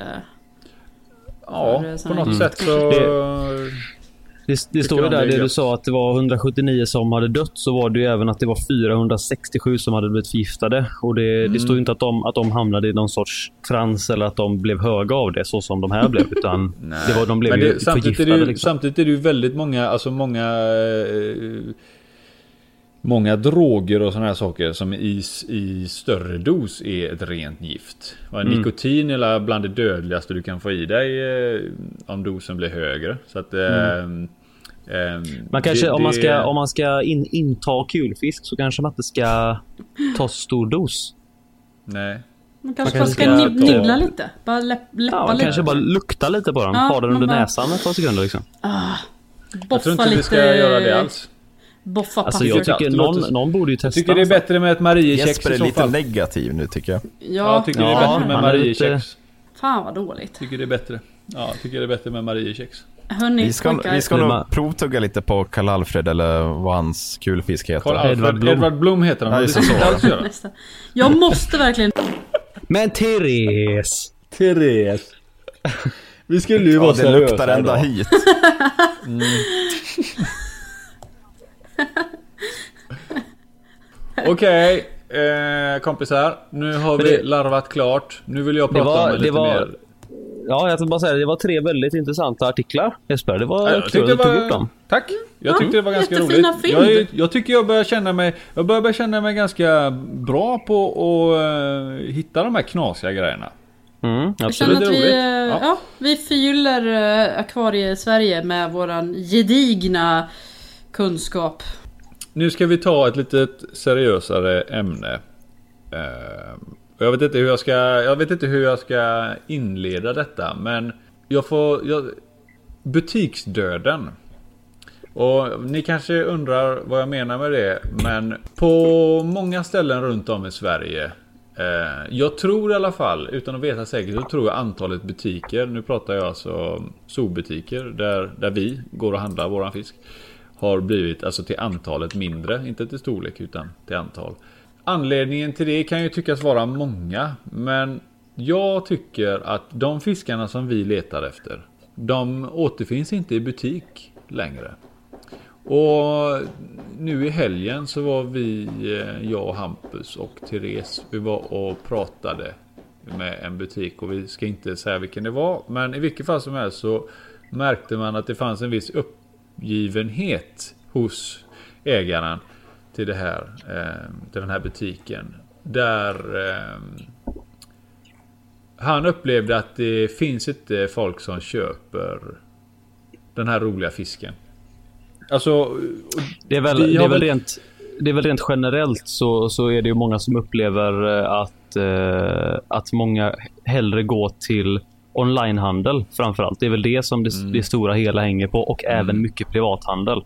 på något sätt så... Det står ju där det du sa, att det var 179 som hade dött, så var det ju även att det var 467 som hade blivit förgiftade. Och det står ju inte att de hamnade i någon sorts trans, eller att de blev höga av det så som de här blev, utan de blev ju förgiftade. Samtidigt är det ju väldigt många, alltså många många droger och såna här saker som i större dos är ett rent gift. Nikotin är bland det dödligaste du kan få i dig om dosen blir högre. Så att man kanske, om man ska inta kulfisk så kanske man inte ska ta stor dos. Nej. Man kanske ska nibbla lite. Bara läppa lite. Kanske bara lukta lite på den. Ha den under näsan ett par sekunder liksom. Jag tror inte vi ska göra det alls. Boffa alltså jag tycker någon borde ju testa. Jag tycker det är bättre med ett Mariekex. Jesper är lite negativ nu tycker jag. Jag tycker det är bättre med Mariekex. Fan vad dåligt. Tycker det är bättre. Ja, tycker det är bättre med Mariekex. Hörrni, vi ska nog provtugga lite på Karl Alfred eller vad hans kulfisk heter. Edvard Blom heter han. Ja, jag måste verkligen. Men Therese. Vi skulle ju vara seriösa. Det luktar ända hit. Okej, kompisar. Nu har vi larvat klart. Nu vill jag prata om lite mer. Ja, jag vill bara säga det var 3 väldigt intressanta artiklar, Jesper. Det var kul att du tog upp dem. Tack. Jag tyckte det var ganska roligt. Jag tycker jag börjar känna mig ganska bra på att hitta de här knasiga grejerna. Absolut. Vi förgyller Akvarie-Sverige med våran gedigna kunskap. Nu ska vi ta ett litet seriösare ämne. Jag vet inte hur jag ska inleda detta, men butiksdöden. Och ni kanske undrar vad jag menar med det, men på många ställen runt om i Sverige, jag tror i alla fall, utan att veta säkert, så tror jag antalet butiker, nu pratar jag alltså zoobutiker där vi går och handlar våran fisk, har blivit alltså till antalet mindre, inte till storlek utan till antal. Anledningen till det kan ju tyckas vara många, men jag tycker att de fiskarna som vi letar efter, de återfinns inte i butik längre. Och nu i helgen så var jag och Hampus och Therese, vi var och pratade med en butik, och vi ska inte säga vilken det var, men i vilket fall som helst så märkte man att det fanns en viss uppgivenhet hos ägaren till den här butiken, där han upplevde att det finns inte folk som köper den här roliga fisken. Alltså, det är väl rent generellt så är det ju många som upplever att många hellre går till onlinehandel framförallt. Det är väl det som det stora hela hänger på, och även mycket privathandel.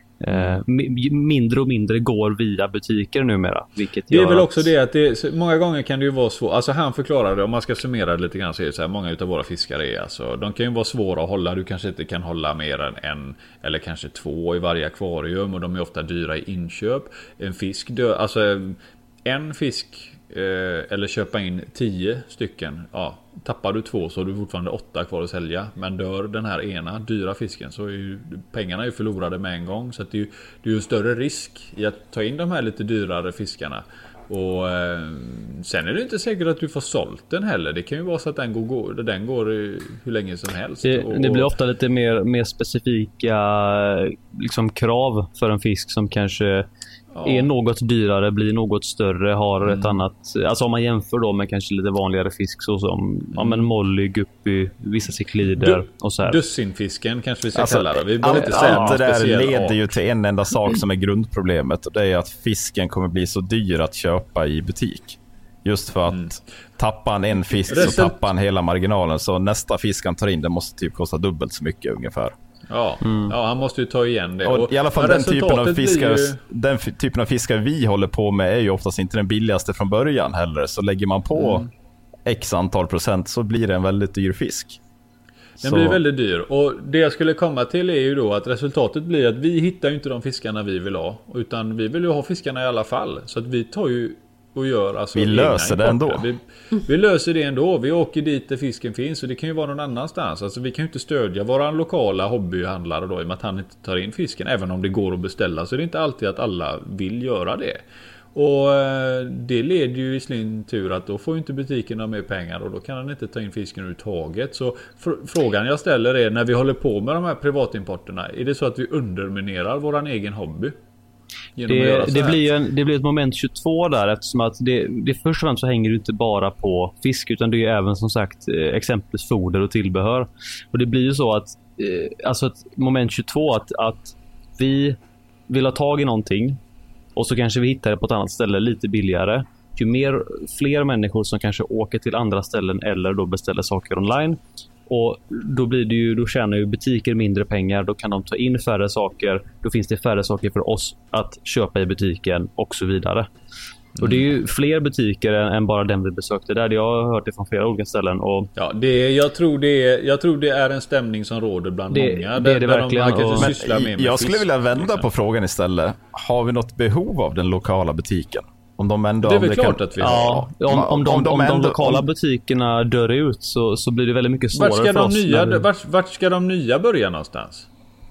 Mindre och mindre går via butiker numera, vilket det är väl också det att många gånger kan det ju vara svårt. Alltså han förklarade, om man ska summera det lite grann, så är det så här, många utav våra fiskare är alltså, de kan ju vara svåra att hålla. Du kanske inte kan hålla mer än 1 eller kanske 2 i varje akvarium, och de är ofta dyra i inköp. En fisk alltså en fisk eller köpa in 10 stycken, tappar du 2 så har du fortfarande 8 kvar att sälja. Men dör den här ena dyra fisken så är ju pengarna är förlorade med en gång. Så att det är ju en större risk i att ta in de här lite dyrare fiskarna. Och sen är det inte säkert att du får sålt den heller. Det kan ju vara så att den går hur länge som helst. Det blir ofta lite mer specifika liksom, krav för en fisk som kanske är något dyrare, blir något större, har ett annat, alltså om man jämför då med kanske lite vanligare fisk så som men molly, guppy, vissa ciklider och så här. Dussinfisken kanske vi ska kalla det. Vi behöver inte säga allt det där leder ju till en enda sak som är grundproblemet, och det är att fisken kommer bli så dyr att köpa i butik. Just för att tappar han en fisk så tappar han hela marginalen, så nästa fisk han tar in, det måste typ kosta dubbelt så mycket ungefär. Ja, han måste ju ta igen det. Och i alla fall den typen av fiskar vi håller på med är ju oftast inte den billigaste från början heller. Så lägger man på x antal procent så blir det en väldigt dyr fisk. Den blir väldigt dyr. Och det jag skulle komma till är ju då att resultatet blir att vi hittar ju inte de fiskarna vi vill ha, utan vi vill ju ha fiskarna i alla fall. Så att vi tar ju och gör alltså, vi löser det ändå. Vi löser det ändå. Vi åker dit där fisken finns, och det kan ju vara någon annanstans. Alltså vi kan ju inte stödja våran lokala hobbyhandlare då, i och med att han inte tar in fisken. Även om det går att beställa, så det är inte alltid att alla vill göra det. Och det leder ju i sin tur att då får ju inte butikerna mer pengar, och då kan han inte ta in fisken överhuvudtaget. Så frågan jag ställer är, när vi håller på med de här privatimporterna, är det så att vi underminerar våran egen hobby? Det blir ett moment 22 där, eftersom att det först och främst så hänger det inte bara på fisk, utan det är även som sagt exempelvis foder och tillbehör. Och det blir ju så att alltså ett moment 22 att vi vill ha tag i någonting och så kanske vi hittar det på ett annat ställe lite billigare. Ju fler människor som kanske åker till andra ställen eller då beställer saker online, och då tjänar ju butiker mindre pengar, då kan de ta in färre saker, då finns det färre saker för oss att köpa i butiken och så vidare. Och det är ju fler butiker än bara den vi besökte där. Jag har hört det från flera olika ställen. Och ja, jag tror det är en stämning som råder bland många. Det är det verkligen. Jag skulle vilja vända på frågan istället. Har vi något behov av den lokala butiken? Om de ändå, det är väl klart att vi har. Ja, om de lokala butikerna dör ut så blir det väldigt mycket svårare för oss. Vart ska de nya börja någonstans?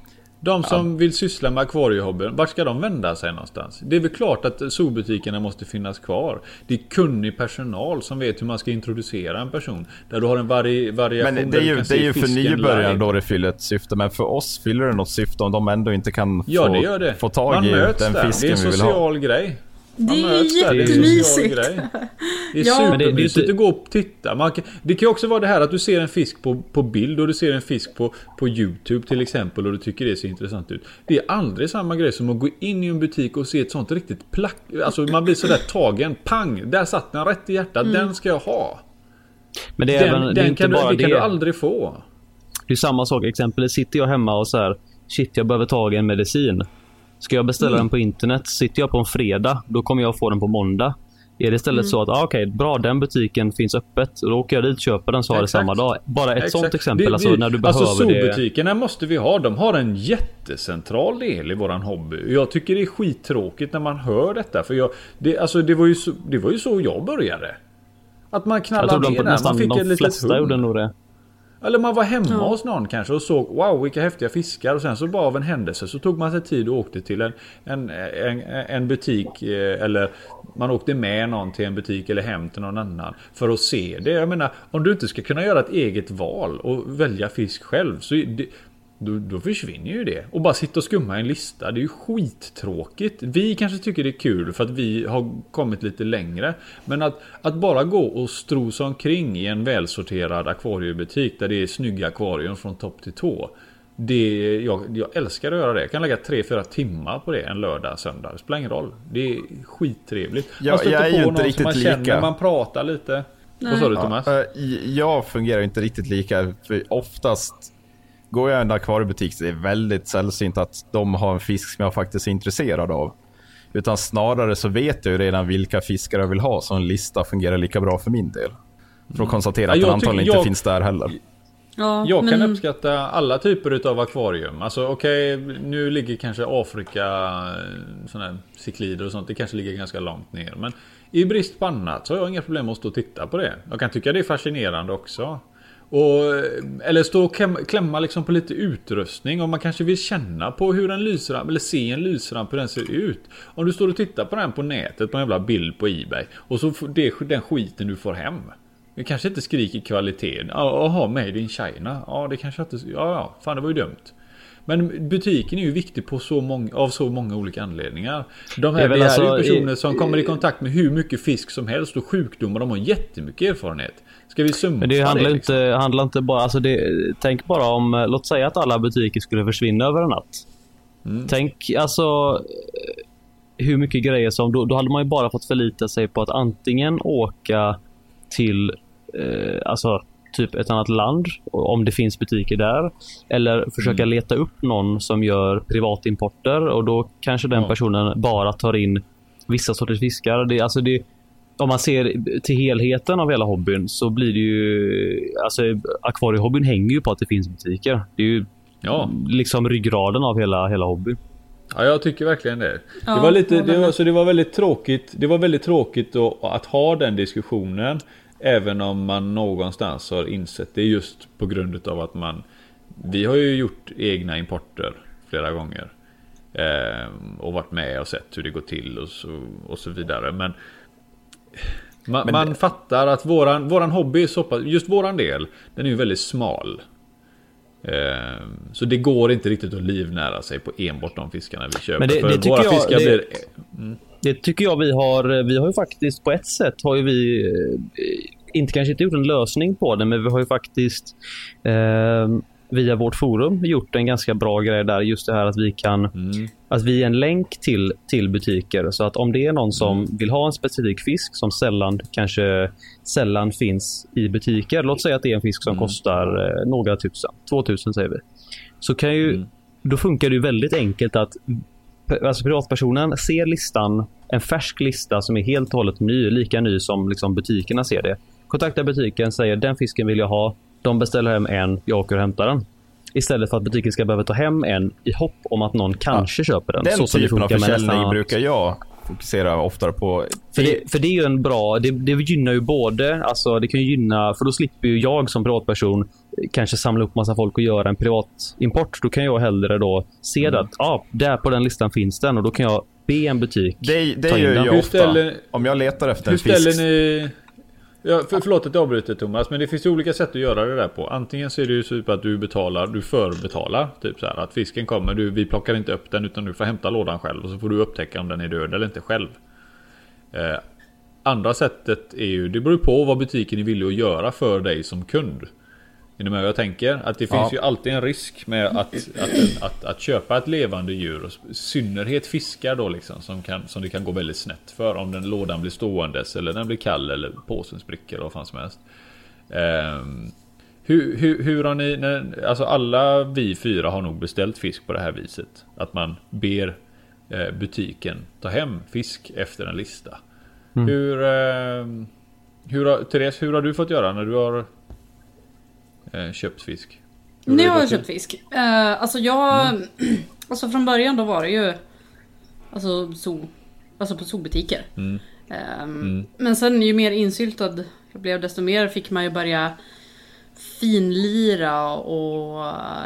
De som vill syssla med akvariehobbyn, vart ska de vända sig någonstans? Det är väl klart att zoobutikerna måste finnas kvar. Det är kunnig personal som vet hur man ska introducera en person. Där du har en variation. Men det är ju för nybörjare då det fyller ett syfte. Men för oss fyller det något syfte om de ändå inte kan få tag i den fisken vi vill ha. Det är en social grej. Det är jättemysigt. Det är supermysigt att gå och titta. Det kan ju också vara det här att du ser en fisk på bild och du ser en fisk på YouTube till exempel och du tycker det ser intressant ut. Det är aldrig samma grej som att gå in i en butik och se ett sånt riktigt alltså man blir sådär tagen. Pang, där satt den rätt i hjärtat. Den ska jag ha. Men det är det kan du aldrig få. Det är samma sak. Exempelvis sitter jag hemma och så här, shit, jag behöver ta en medicin. Ska jag beställa den på internet, sitter jag på en fredag, då kommer jag få den på måndag. Är det istället så att okej, bra, den butiken finns öppet, och då åker jag dit och köper den, så har det samma dag. Bara ett sånt exempel, alltså när du behöver det. Zoobutikerna måste vi ha, de har en jättecentral del i våran hobby. Jag tycker det är skittråkigt när man hör detta, för det var ju så jag började. Att man knallade ner där, man fick ett litet hund. Eller man var hemma hos någon kanske och såg, wow, vilka häftiga fiskar. Och sen så bara av en händelse så tog man sig tid och åkte till en butik. Eller man åkte med någon till en butik eller hem till någon annan för att se det. Jag menar, om du inte ska kunna göra ett eget val och välja fisk själv, så då försvinner ju det. Och bara sitta och skumma en lista, det är ju skittråkigt. Vi kanske tycker det är kul för att vi har kommit lite längre. Men att bara gå och strosa omkring i en välsorterad akvariebutik där det är snygga akvarium från topp till tå. Jag älskar att göra det. Jag kan lägga 3-4 timmar på det en lördag, söndag. Det spelar ingen roll. Det är skittrevligt. Man jag är ju inte riktigt man lika. Känner, man pratar lite. Vad sa du, Thomas? Jag fungerar inte riktigt lika. För oftast går jag i en akvariebutik, så det är väldigt sällsynt att de har en fisk som jag faktiskt är intresserad av. Utan snarare så vet jag ju redan vilka fiskar jag vill ha, så en lista fungerar lika bra för min del. För att konstatera att den antagligen inte finns där heller. Ja, jag kan uppskatta alla typer av akvarium. Alltså okej, nu ligger kanske Afrika såna här ciklider och sånt, det kanske ligger ganska långt ner. Men i brist på annat så har jag inga problem att stå och titta på det. Jag kan tycka det är fascinerande också. Eller stå och klämma liksom på lite utrustning, och man kanske vill känna på hur en lysramp, eller se en lysramp hur den ser ut. Om du står och tittar på den på nätet, på en jävla bild på eBay, och så den skiten du får hem, det kanske inte skriker kvaliteten. Jaha, made in China. Ja, det kanske inte. Ja, fan, det var ju dumt. Men butiken är ju viktig av så många olika anledningar. Det här är ju personer som kommer i kontakt med hur mycket fisk som helst och sjukdomar. De har jättemycket erfarenhet. Ska vi summa? Men det handlar inte bara, alltså tänk bara om, låt säga att alla butiker skulle försvinna över en natt. Tänk alltså hur mycket grejer som, då hade man ju bara fått förlita sig på att antingen åka till alltså typ ett annat land, om det finns butiker där, eller försöka leta upp någon som gör privatimporter, och då kanske den personen bara tar in vissa sorters fiskar. Om man ser till helheten av hela hobbyn, så blir det ju, alltså akvariehobbyn hänger ju på att det finns butiker. Det är ju liksom ryggraden av hela hobbyn. Ja, jag tycker verkligen det. Det var väldigt tråkigt. Det var väldigt tråkigt att ha den diskussionen, även om man någonstans har insett det, just på grund av att vi har ju gjort egna importer flera gånger och varit med och sett hur det går till och så vidare. Men man fattar att våran hobby är så pass, just våran del, den är ju väldigt smal. Så det går inte riktigt att livnära sig på enbart de fiskarna vi köper. Men det tycker jag, det tycker jag vi har ju faktiskt på ett sätt har ju vi kanske inte gjort en lösning på det, men vi har ju faktiskt via vårt forum gjort en ganska bra grej där, just det här att vi kan att vi är en länk till butiker, så att om det är någon som vill ha en specifik fisk som sällan finns i butiker, låt säga att det är en fisk som kostar några tusen, 2000 säger vi, så kan ju då funkar det ju väldigt enkelt att alltså privatpersonen ser listan, en färsk lista som är helt och hållet ny, lika ny som liksom butikerna ser det. Kontaktar butiken, säger den fisken vill jag ha, de beställer hem en, jag åker och hämtar den. Istället för att butiken ska behöva ta hem en i hopp om att någon kanske köper den. Den så som typen av försäljning brukar jag fokusera oftare på. För det är ju en bra, det gynnar ju både, alltså det kan ju gynna, för då slipper ju jag som privatperson kanske samla upp massa folk och göra en privat import. Då kan jag hellre då se att där på den listan finns den, och då kan jag be en butik det gör jag ofta. Om jag letar efter en fisk. Ja, förlåt att jag avbryter, Thomas, men det finns ju olika sätt att göra det där på. Antingen så är det ju så att du förbetalar, typ så här att fisken kommer, vi plockar inte upp den utan du får hämta lådan själv, och så får du upptäcka om den är död eller inte själv. Andra sättet är ju, det beror på vad butiken är villig att göra för dig som kund. Innan jag tänker att det finns ju alltid en risk med att köpa ett levande djur, och i synnerhet fiskar då liksom, som det kan gå väldigt snett för om den lådan blir ståendes eller den blir kall eller påsen spricker eller vad fan som helst. Hur har ni, alltså alla vi 4 har nog beställt fisk på det här viset, att man ber butiken ta hem fisk efter en lista. Therese, hur har du fått göra när du har köpt fisk? När jag har köpt fisk, alltså från början då var det ju alltså på zoobutiker. Men sen ju mer insyltad jag blev, desto mer fick man ju börja finlira och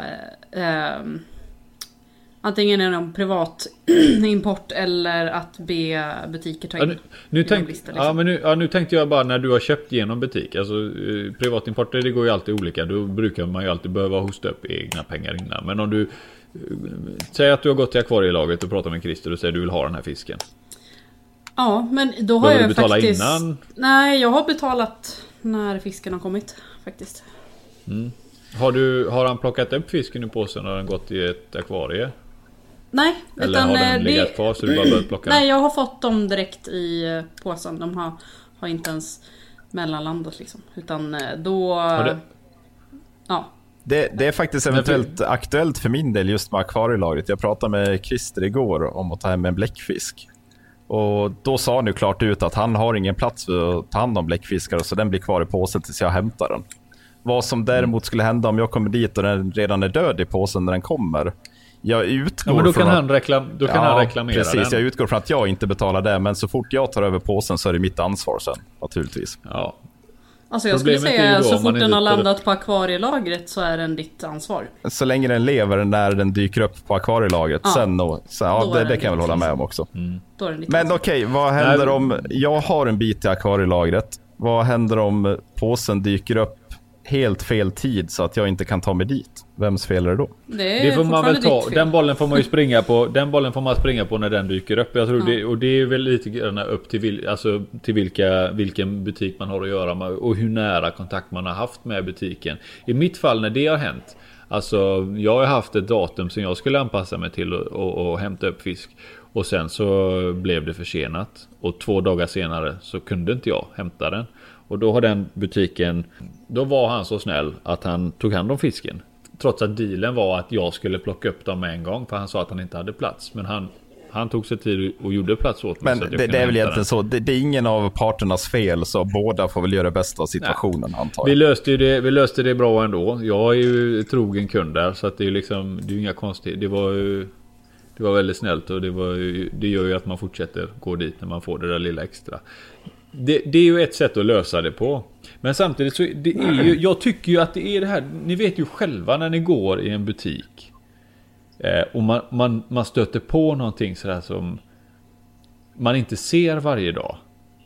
antingen är det någon privat import eller att be butiker ta in listor, liksom. Nu tänkte jag bara när du har köpt genom butik. Alltså privatimporter, det går ju alltid olika. Då brukar man ju alltid behöva hosta upp egna pengar innan. Men om du säger att du har gått till akvarielaget och pratat med Christer och säger att du vill ha den här fisken. Ja, men då har jag betala faktiskt innan? Nej, jag har betalat när fisken har kommit faktiskt. Har han plockat upp fisken i påsen och den gått i ett akvarie? Nej, eller har den legat kvar så du bara börjat plocka? Nej, jag har fått dem direkt i påsen. De har inte ens mellanlandat liksom. Utan då... Det är faktiskt eventuellt aktuellt för min del just med akvarielagret. Jag pratade med Christer igår om att ta hem en bläckfisk. Och då sa han ju klart ut att han har ingen plats för att ta hand om bläckfiskar, så den blir kvar i påsen tills jag hämtar den. Vad som däremot skulle hända om jag kommer dit och den redan är död i påsen när den kommer. Jag utgår men då från kan han reklamera precis, den. jag utgår från att jag inte betalar det, men så fort jag tar över påsen så är det mitt ansvar sen, naturligtvis. Ja. Alltså jag skulle säga så fort den har landat på akvarielagret så är den ditt ansvar. Så länge den lever när den dyker upp på akvarielagret sen det kan jag väl hålla med om också. Men okej, vad händer om jag har en bit i akvarielagret? Vad händer om påsen dyker upp helt fel tid så att jag inte kan ta mig dit? Vems fel är det då? Det får man väl ta. Den bollen får man ju springa på. Den bollen får man springa på när den dyker upp. Jag tror och det är väl lite grann upp till vilken butik man har att göra med och hur nära kontakt man har haft med butiken. I mitt fall när det har hänt, alltså jag har haft ett datum som jag skulle anpassa mig till och hämta upp fisk, och sen så blev det försenat och 2 dagar senare så kunde inte jag hämta den. Och då har den butiken, då var han så snäll att han tog hand om fisken. Trots att dealen var att jag skulle plocka upp dem med en gång, för han sa att han inte hade plats. Men han tog sig tid och gjorde plats åt mig. Men det är väl egentligen så, det är ingen av parternas fel, så båda får väl göra det bästa av situationen, antar jag. Vi löste det bra ändå. Jag är ju trogen kund där, så att det är liksom, det är inga konstigt. Det var väldigt snällt, och det gör ju att man fortsätter gå dit när man får det där lilla extra. Det är ju ett sätt att lösa det på. Men samtidigt så det är ju, jag tycker ju att det är det här, ni vet ju själva när ni går i en butik och man stöter på någonting sådär som man inte ser varje dag.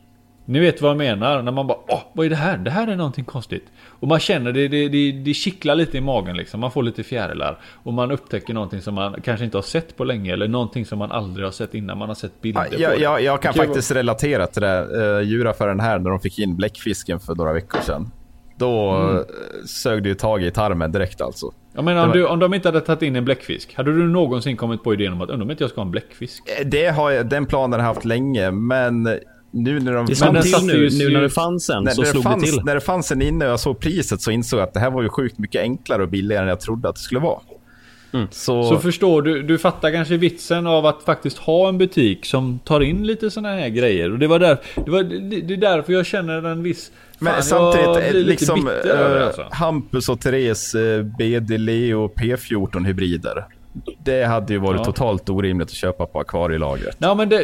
Ni vet vad jag menar. När man bara, vad är det här? Det här är någonting konstigt. Och man känner det kittlar lite i magen liksom. Man får lite fjärilar. Och man upptäcker någonting som man kanske inte har sett på länge. Eller någonting som man aldrig har sett innan man har sett bilder på det. Jag kan faktiskt relatera till det. Djuraffären här när de fick in bläckfisken för några veckor sedan. Då sög det ju tag i tarmen direkt alltså. Ja, men om de inte hade tagit in en bläckfisk, hade du någonsin kommit på idén om att undra om inte jag ska ha en bläckfisk? Den planen har jag haft länge, men nu när de när det fanns en så slog det till. När det fanns en inne och jag såg priset så insåg jag att det här var ju sjukt mycket enklare och billigare än jag trodde att det skulle vara. Så förstår du fattar kanske vitsen av att faktiskt ha en butik som tar in lite såna här grejer. Och det är därför jag känner en viss... Men samtidigt liksom Hampus och Therese BD Leo P14 hybrider. Det hade ju varit totalt orimligt att köpa på akvarielagret. Ja, men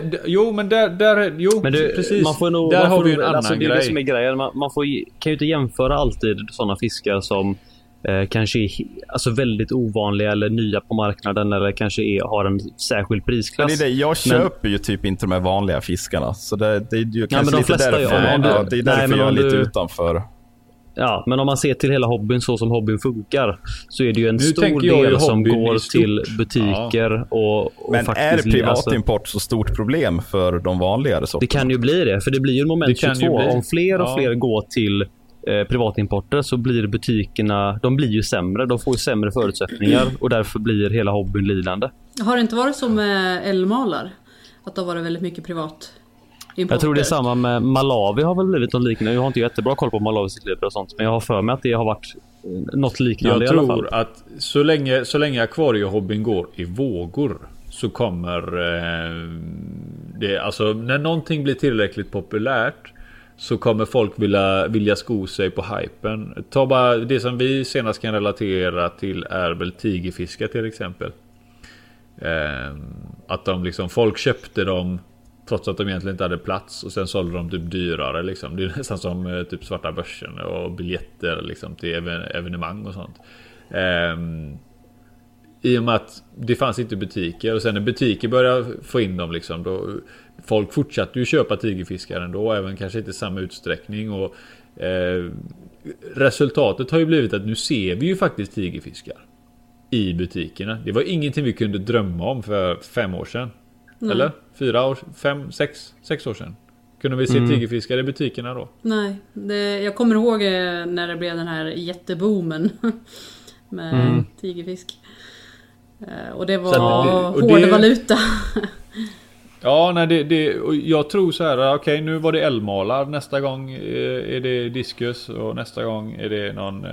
precis. Man får nog, där man har får, vi en annan alltså, grej. Det är det som är grejen. Man kan ju inte jämföra alltid sådana fiskar som kanske är alltså väldigt ovanliga eller nya på marknaden eller kanske har en särskild prisklass. Men det är det. Jag köper ju typ inte de här vanliga fiskarna. Så det är ju kanske de lite därför. Det är därför jag är lite utanför. Ja, men om man ser till hela hobbyn så som hobbyn funkar så är det ju en stor del som går till butiker och men faktiskt, är privatimport så stort problem för de vanligare sorterna? Det kan ju bli det, för det blir ju en moment 22. Om fler och fler går till privatimporter så blir butikerna, de blir ju sämre, de får ju sämre förutsättningar och därför blir hela hobbyn lidande. Har det inte varit så med älgmalar? Att det har varit väldigt mycket privat importer? Jag tror det är samma med Malawi har väl blivit något liknande. Jag har inte jättebra koll på Malawis ekvilibrier och sånt, men jag har för mig att det har varit något liknande i alla fall. Jag tror att så länge akvariehobbyn går i vågor så kommer det, alltså när någonting blir tillräckligt populärt så kommer folk vilja sko sig på hypen. Ta bara det som vi senast kan relatera till är väl tigerfiskar till exempel. Att de liksom, folk köpte dem trots att de egentligen inte hade plats och sen sålde de typ dyrare liksom. Det är nästan som typ svarta börsen och biljetter liksom till evenemang och sånt. I och med att det fanns inte butiker och sen när butiker började få in dem liksom, då folk fortsatte ju köpa tigerfiskar ändå, även kanske inte i samma utsträckning och resultatet har ju blivit att nu ser vi ju faktiskt tigerfiskar i butikerna. Det var ingenting vi kunde drömma om för 5 år sedan. Eller? 4 år, 5, 6 år sedan. Kunde vi se tigerfiskar i butikerna då? Nej, jag kommer ihåg när det blev den här jätteboomen med tigerfisk. Och det var hård valuta. Ja, nej, jag tror så här, okej, nu var det älgmalar, nästa gång är det diskus och nästa gång är det någon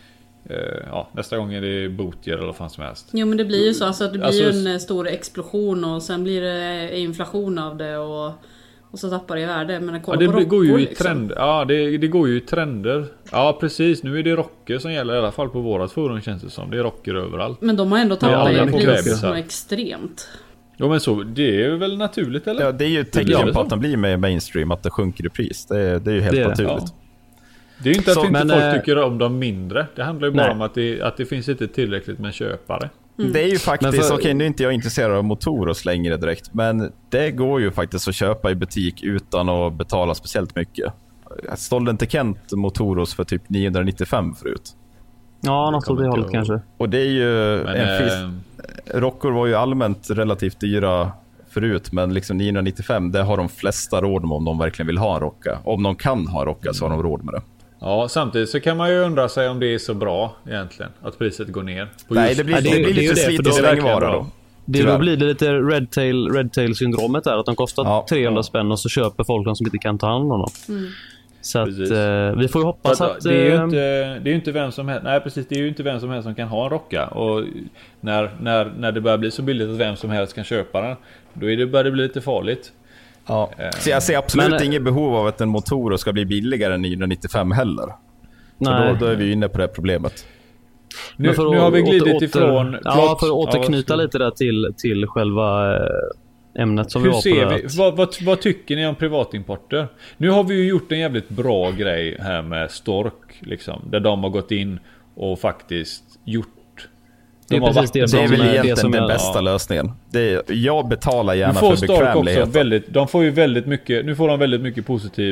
nästa gång är det botier eller vad fan som helst. Jo, men det blir ju så, alltså, det blir ju en stor explosion och sen blir det inflation av det och så tappar det i värde. Men det går ju i trend. Ja, det går ju i trender. Ja, precis. Nu är det rocker som gäller i alla fall på vårat forum, känns det som. Det är rocker överallt. Men de har ändå tappat i pris så extremt. Jo, men så, det är väl naturligt, eller? Ja, det är ju ett tecken på att de blir med mainstream, att det sjunker i pris. Det är ju helt naturligt. Ja. Det är ju inte att inte folk tycker om dem mindre. Det handlar ju bara om att det finns inte tillräckligt med köpare. Det är ju faktiskt, okej, nu är inte jag intresserad av Motoros längre direkt, men det går ju faktiskt att köpa i butik utan att betala speciellt mycket. Jag sålde inte Kent Motoros för typ 995 förut. Ja, något åt det hållet kanske. Och det är ju rockor var ju allmänt relativt dyra förut, men liksom 995, det har de flesta råd med om de verkligen vill ha en rocka. Om de kan ha rocka så har de råd med det. Ja, samtidigt så kan man ju undra sig om det är så bra egentligen att priset går ner. Nej, det blir lite slit och slängvara då. Då blir det lite Redtail syndromet där, att de kostar 300 spänn och så köper folk de som inte kan ta hand om dem. Så att vi får ju hoppas att det är ju inte vem som helst. Nej, precis, det är ju inte vem som helst som kan ha en rocka, och när det börjar bli så billigt att vem som helst kan köpa den, då börjar det bli lite farligt. Ja. Så jag ser absolut inget behov av att en motor ska bli billigare än 995 heller. Så då är vi inne på det problemet. Nu har vi glidit ifrån... Ja, för att återknyta lite där till själva ämnet som vi var på. Vad tycker ni om privatimporter? Nu har vi ju gjort en jävligt bra grej här med Stork, liksom, där de har gått in och faktiskt gjort... Det är väl egentligen den bästa lösningen. jag betalar gärna för bekvämlighet. De får ju väldigt mycket, nu får de väldigt mycket positiv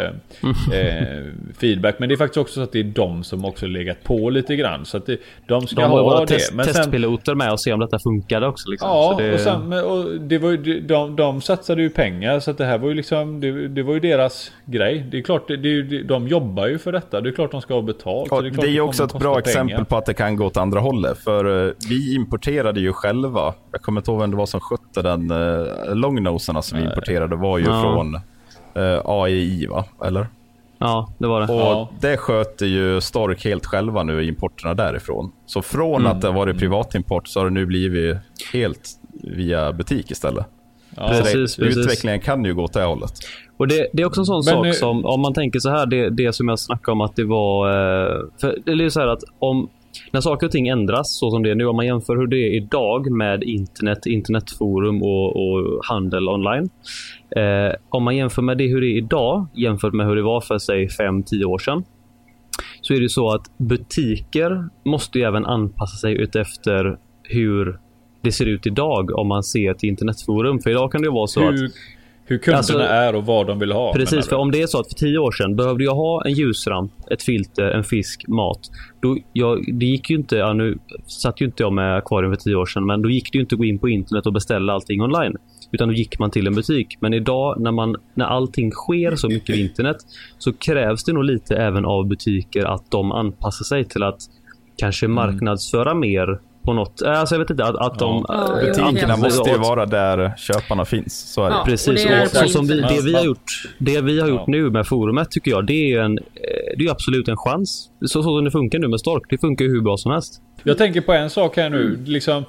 feedback, men det är faktiskt också så att det är de som också legat på lite grann, så att de ska ha det. Men testpiloter med och se om detta funkade också liksom. Ja, och det var ju, de satsade ju pengar, så att det här var ju liksom det var ju deras grej. Det är klart, de jobbar ju för detta. Det är klart de ska ha betalt. Ja, det är ju också ett bra exempel på att det kan gå åt andra hållet, för vi importerade ju själva. Jag kommer inte ihåg vem det var som skötte den longnoserna som vi importerade var ju från AEI, va? Eller? Ja, det var det. Och det sköter ju Stork helt själva nu, importerna därifrån. Så från att det har varit privatimport så har det nu blivit helt via butik istället. Ja, precis. Utvecklingen kan ju gå åt det hållet. Och det är också en sån sak som, om man tänker så här, det som jag snackade om att det var... För det är ju så här att när saker och ting ändras så som det är nu, om man jämför hur det är idag med internetforum och handel online. Om man jämför med det hur det är idag jämfört med hur det var för sig 5-10 år sedan, så är det så att butiker måste ju även anpassa sig efter hur det ser ut idag om man ser ett internetforum. För idag kan det ju vara så hur kunderna är och vad de vill ha. Precis, för om det är så att för 10 år sedan behövde jag ha en ljusramp, ett filter, en fisk, mat. Det gick ju inte, nu satt ju inte jag med akvarium för 10 år sedan, men då gick det ju inte att gå in på internet och beställa allting online. Utan då gick man till en butik. Men idag när allting sker så mycket i internet, så krävs det nog lite även av butiker att de anpassar sig till att kanske marknadsföra mer på något. Alltså jag vet inte att de butikerna måste ju vara där köparna finns. Så är det. Precis. Och så som det vi har gjort nu med forumet, tycker jag, det är ju absolut en chans. Så som det funkar nu med Stork, det funkar ju hur bra som helst. Jag tänker på en sak här nu. Liksom,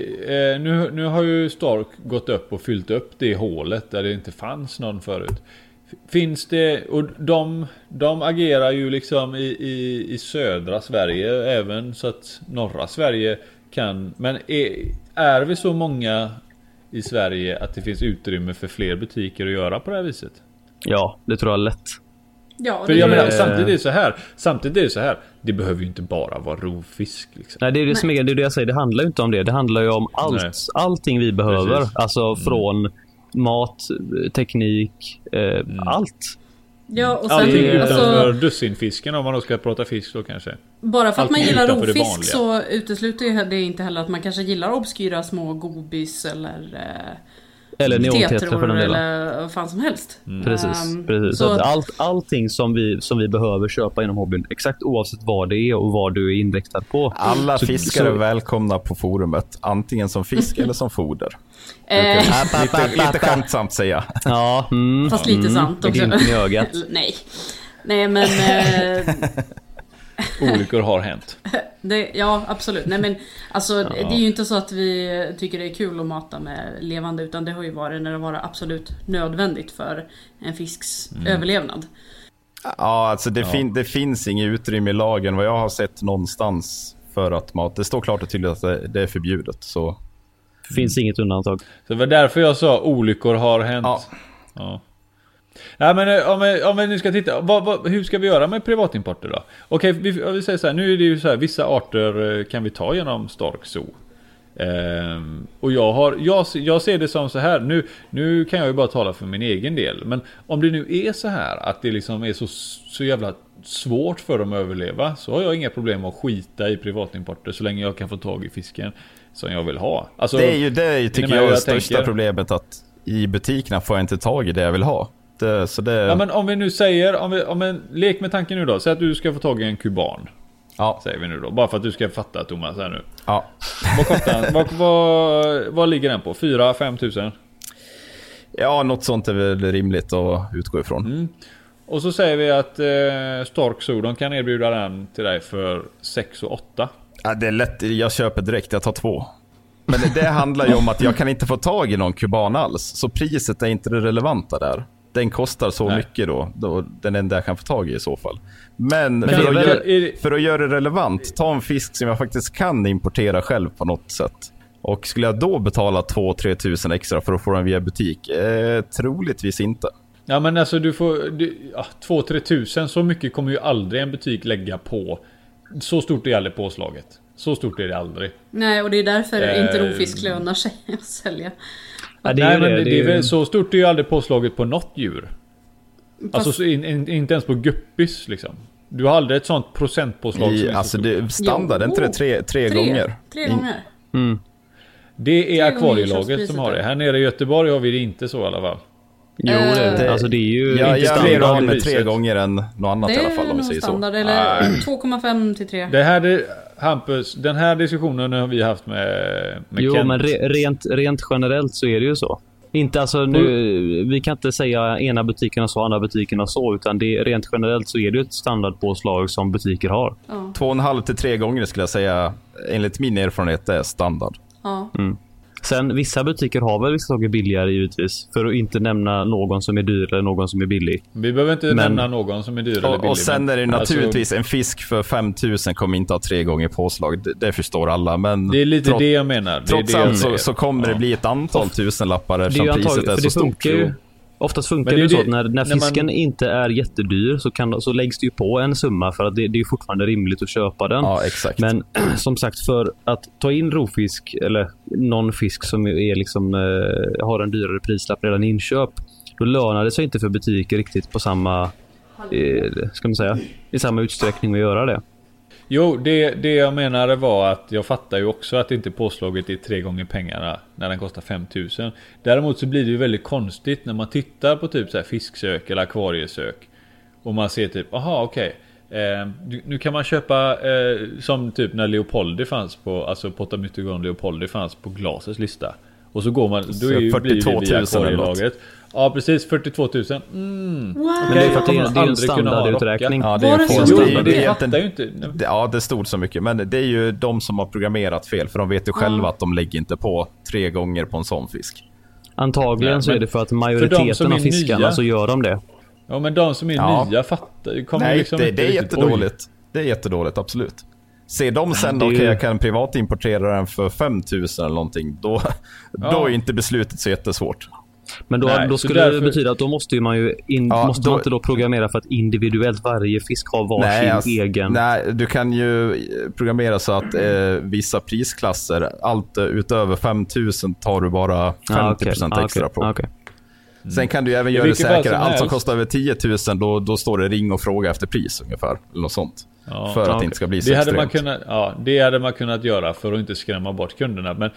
nu har ju Stork gått upp och fyllt upp det hålet där det inte fanns någon förut. Finns det, och de agerar ju liksom i södra Sverige, även så att norra Sverige kan, men är vi så många i Sverige att det finns utrymme för fler butiker att göra på det här viset? Ja, det tror jag lätt. Ja, för jag menar, samtidigt är det så här, det behöver ju inte bara vara rovfisk liksom. Nej, det är det som är det jag säger, det handlar ju inte om det. Det handlar ju om allting vi behöver. Precis. Alltså från mat, teknik, allt. Ja, och sen allting utanför dussinfisken, om man då ska prata fisk då kanske. Bara för att man gillar rovfisk så utesluter det inte heller att man kanske gillar obskyra små gobis eller neontetror för den delen. Eller vad fan som helst. Precis. Så att allting som vi behöver köpa inom hobbyn, exakt oavsett vad det är och vad du är inriktad på. Alla fiskare är välkomna på forumet, antingen som fisk eller som foder. Lite skämtsamt säga. Ja, fast lite sant också. I ögat. Nej, men olyckor har hänt. Ja, absolut. Nej, men alltså, det är ju inte så att vi tycker det är kul att mata med levande, utan det har ju varit när det var absolut nödvändigt för en fisks överlevnad. Ja, alltså det finns inget utrymme i lagen vad jag har sett någonstans för att mat. Det står klart och tydligt att det är förbjudet, så det finns inget undantag. Så det var därför jag sa olyckor har hänt. Ja. Nej, men om vi nu ska titta, hur ska vi göra med privatimporter då? Okej, vi säger så här, nu är det ju så här, vissa arter kan vi ta genom Stork Zoo. Och jag ser det som så här, nu kan jag ju bara tala för min egen del, men om det nu är så här att det liksom är så jävla svårt för dem att överleva, så har jag inga problem att skita i privatimporter så länge jag kan få tag i fisken som jag vill ha. Alltså, det är ju tycker jag är det största problemet, att i butikerna får jag inte tag i det jag vill ha. Ja, men om vi nu säger, om en lek med tanken nu då, säg att du ska få tag i en kuban. Ja. Säger vi nu då, bara för att du ska fatta, Thomas, här nu. Ja. Vad kostar den? Vad ligger den på? 4-5 tusen? Ja, något sånt är väl rimligt att utgå ifrån. Och så säger vi att Stork Zoo, de kan erbjuda den till dig för 6 och 8. Ja, det är lätt, jag köper direkt, jag tar 2. Men det handlar ju om att jag kan inte få tag i någon kuban alls, så priset är inte det relevanta där. Den kostar så mycket då den enda jag kan få tag i så fall. Men för att göra det relevant, ta en fisk som jag faktiskt kan importera själv på något sätt. Och skulle jag då betala 2-3 tusen extra för att få den via butik? Troligtvis inte. Ja, men alltså 2-3 tusen, så mycket kommer ju aldrig en butik lägga på. Så stort är aldrig påslaget. Så stort är det aldrig. Nej, och det är därför inte rovfisk lönar sig att sälja. Ja, det är väl så stort är ju aldrig påslaget på något djur. Fast... Alltså inte ens på guppis liksom. Du har aldrig ett sånt procentpåslag som alltså det standard, inte det tre gånger? 3 gånger. Det är akvarielaget som har det. Här nere i Göteborg har vi det inte så i alla fall. Jo, alltså det är ju inte standard med 3 gånger än något annat i alla fall, om vi säger standard, så. Eller 2,5 till 3. Det här Hampus, den här diskussionen har vi haft med Jo, Kent. men rent generellt så är det ju så. Inte alltså nu, vi kan inte säga ena butikerna så, andra butikerna så, utan det rent generellt så är det ett standardpåslag som butiker har. 2,5 till 3 gånger skulle jag säga, enligt min erfarenhet, är standard. Ja. Sen vissa butiker har väl vissa saker billigare givetvis, för att inte nämna någon som är dyr eller någon som är billig. Vi behöver inte nämna någon som är dyr eller billig. Och sen är det naturligtvis en fisk för 5 000 kommer inte ha 3 gånger påslag. Det förstår alla, men det är lite det jag menar. Trots allt så kommer det bli ett antal tusenlappar eftersom priset är så stort. Oftast funkar det så att när fisken inte är jättedyr så läggs det ju på en summa för att det är fortfarande rimligt att köpa den. Ja, exakt. Men som sagt, för att ta in rovfisk eller någon fisk som är liksom, har en dyrare prislapp redan inköp, då lönar det sig inte för butiker riktigt på samma ska man säga, i samma utsträckning att göra det. Jo, det jag menade var att jag fattar ju också att inte påslaget är 3 gånger pengarna när den kostar 5 000. Däremot så blir det ju väldigt konstigt när man tittar på typ så här fisksök eller akvariesök och man ser typ, aha, okej. Nu kan man köpa som typ när Leopoldi fanns på, alltså Potamytogon Leopoldi fanns på Glasets lista. Och så går man, då är ju 42 000 via akvarielaget. Ja, precis, 42 000. Wow. Men det är för att det är en standarduträkning. Ja, det är inte. Ja, det stod så mycket. Men det är ju de som har programmerat fel. För de vet ju själva att de lägger inte på 3 gånger på en sån fisk. Antagligen så är det för att majoriteten av fiskarna så gör de det. Ja, men de som är nya fattar. Nej, liksom det är jättedåligt. Det är jättedåligt, absolut. Ser de sen då, jag kan privatimportera den för 5 000 eller någonting, då är inte beslutet så jättesvårt. Men då skulle det betyda att då måste ju man ju måste man inte då programmera för att individuellt varje fisk har varsin egen. Nej, du kan ju programmera så att vissa prisklasser, allt utöver 5 000 tar du bara 50% extra på. Okay. Sen kan du ju även göra det säkrare. Allt som kostar över 10 000 då står det ring och fråga efter pris ungefär, eller något sånt. För att det inte ska bli så extremt. Det hade man kunnat göra för att inte skrämma bort kunderna. Men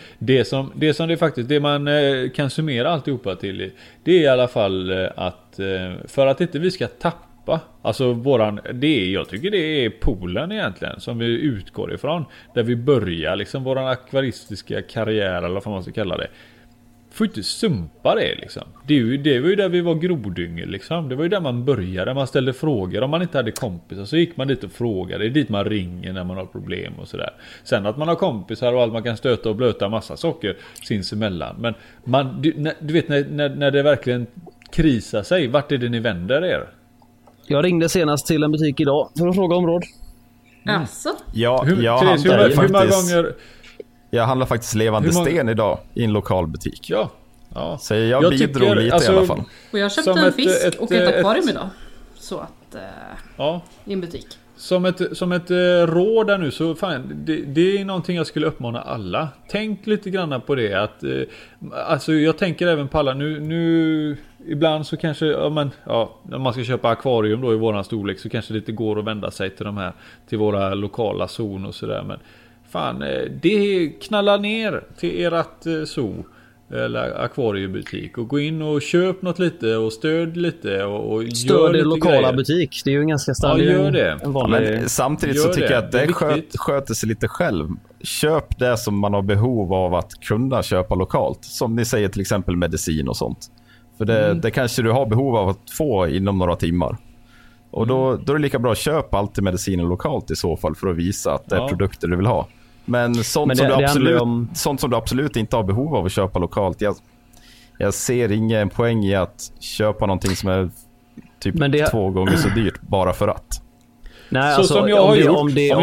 det man kan summera alltihopa till, det är i alla fall att för att inte vi ska tappa, alltså jag tycker det är poolen egentligen som vi utgår ifrån, där vi börjar liksom våran akvaristiska karriär, eller vad man ska kalla det. Får inte sumpa det liksom. Det var ju där vi var grodyngel liksom. Det var ju där man började. Man ställde frågor. Om man inte hade kompisar så gick man dit och frågade. Det är dit man ringer när man har problem och sådär. Sen att man har kompisar och allt, man kan stöta och blöta massa saker sinsemellan. Men du vet när det verkligen krisar sig, vart är det ni vänder er? Jag ringde senast till en butik idag för att fråga om råd. Alltså? Ja, hur många gånger... Jag handlar faktiskt levande sten idag i en lokal butik. Ja. Så jag bidrog lite i alla fall. Och jag köpte en fisk och ett akvarium idag. Så att... i en butik. Som ett råd där nu, så fan, det är någonting jag skulle uppmana alla. Tänk lite grann på det. Att, alltså jag tänker även på alla. Nu ibland så kanske, när man ska köpa akvarium då i våran storlek, så kanske det inte går att vända sig till våra lokala zon och sådär. Men fan, det knallar ner till ert zoo eller akvariebutik och gå in och köp något lite och stöd lite och stöd i lokala grejer. Butik. Det är ju en ganska stark gör det. Men samtidigt så tycker jag att det sköter sig lite själv. Köp det som man har behov av att kunna köpa lokalt. Som ni säger, till exempel medicin och sånt. För det kanske du har behov av att få inom några timmar. Och då är det lika bra att köpa alltid medicinen lokalt i så fall, för att visa att det är produkter du vill ha. Men sånt som du absolut inte har behov av att köpa lokalt. Jag ser ingen poäng i att köpa någonting som är typ 2 gånger så dyrt bara för att. Nej, så alltså, som jag har gjort.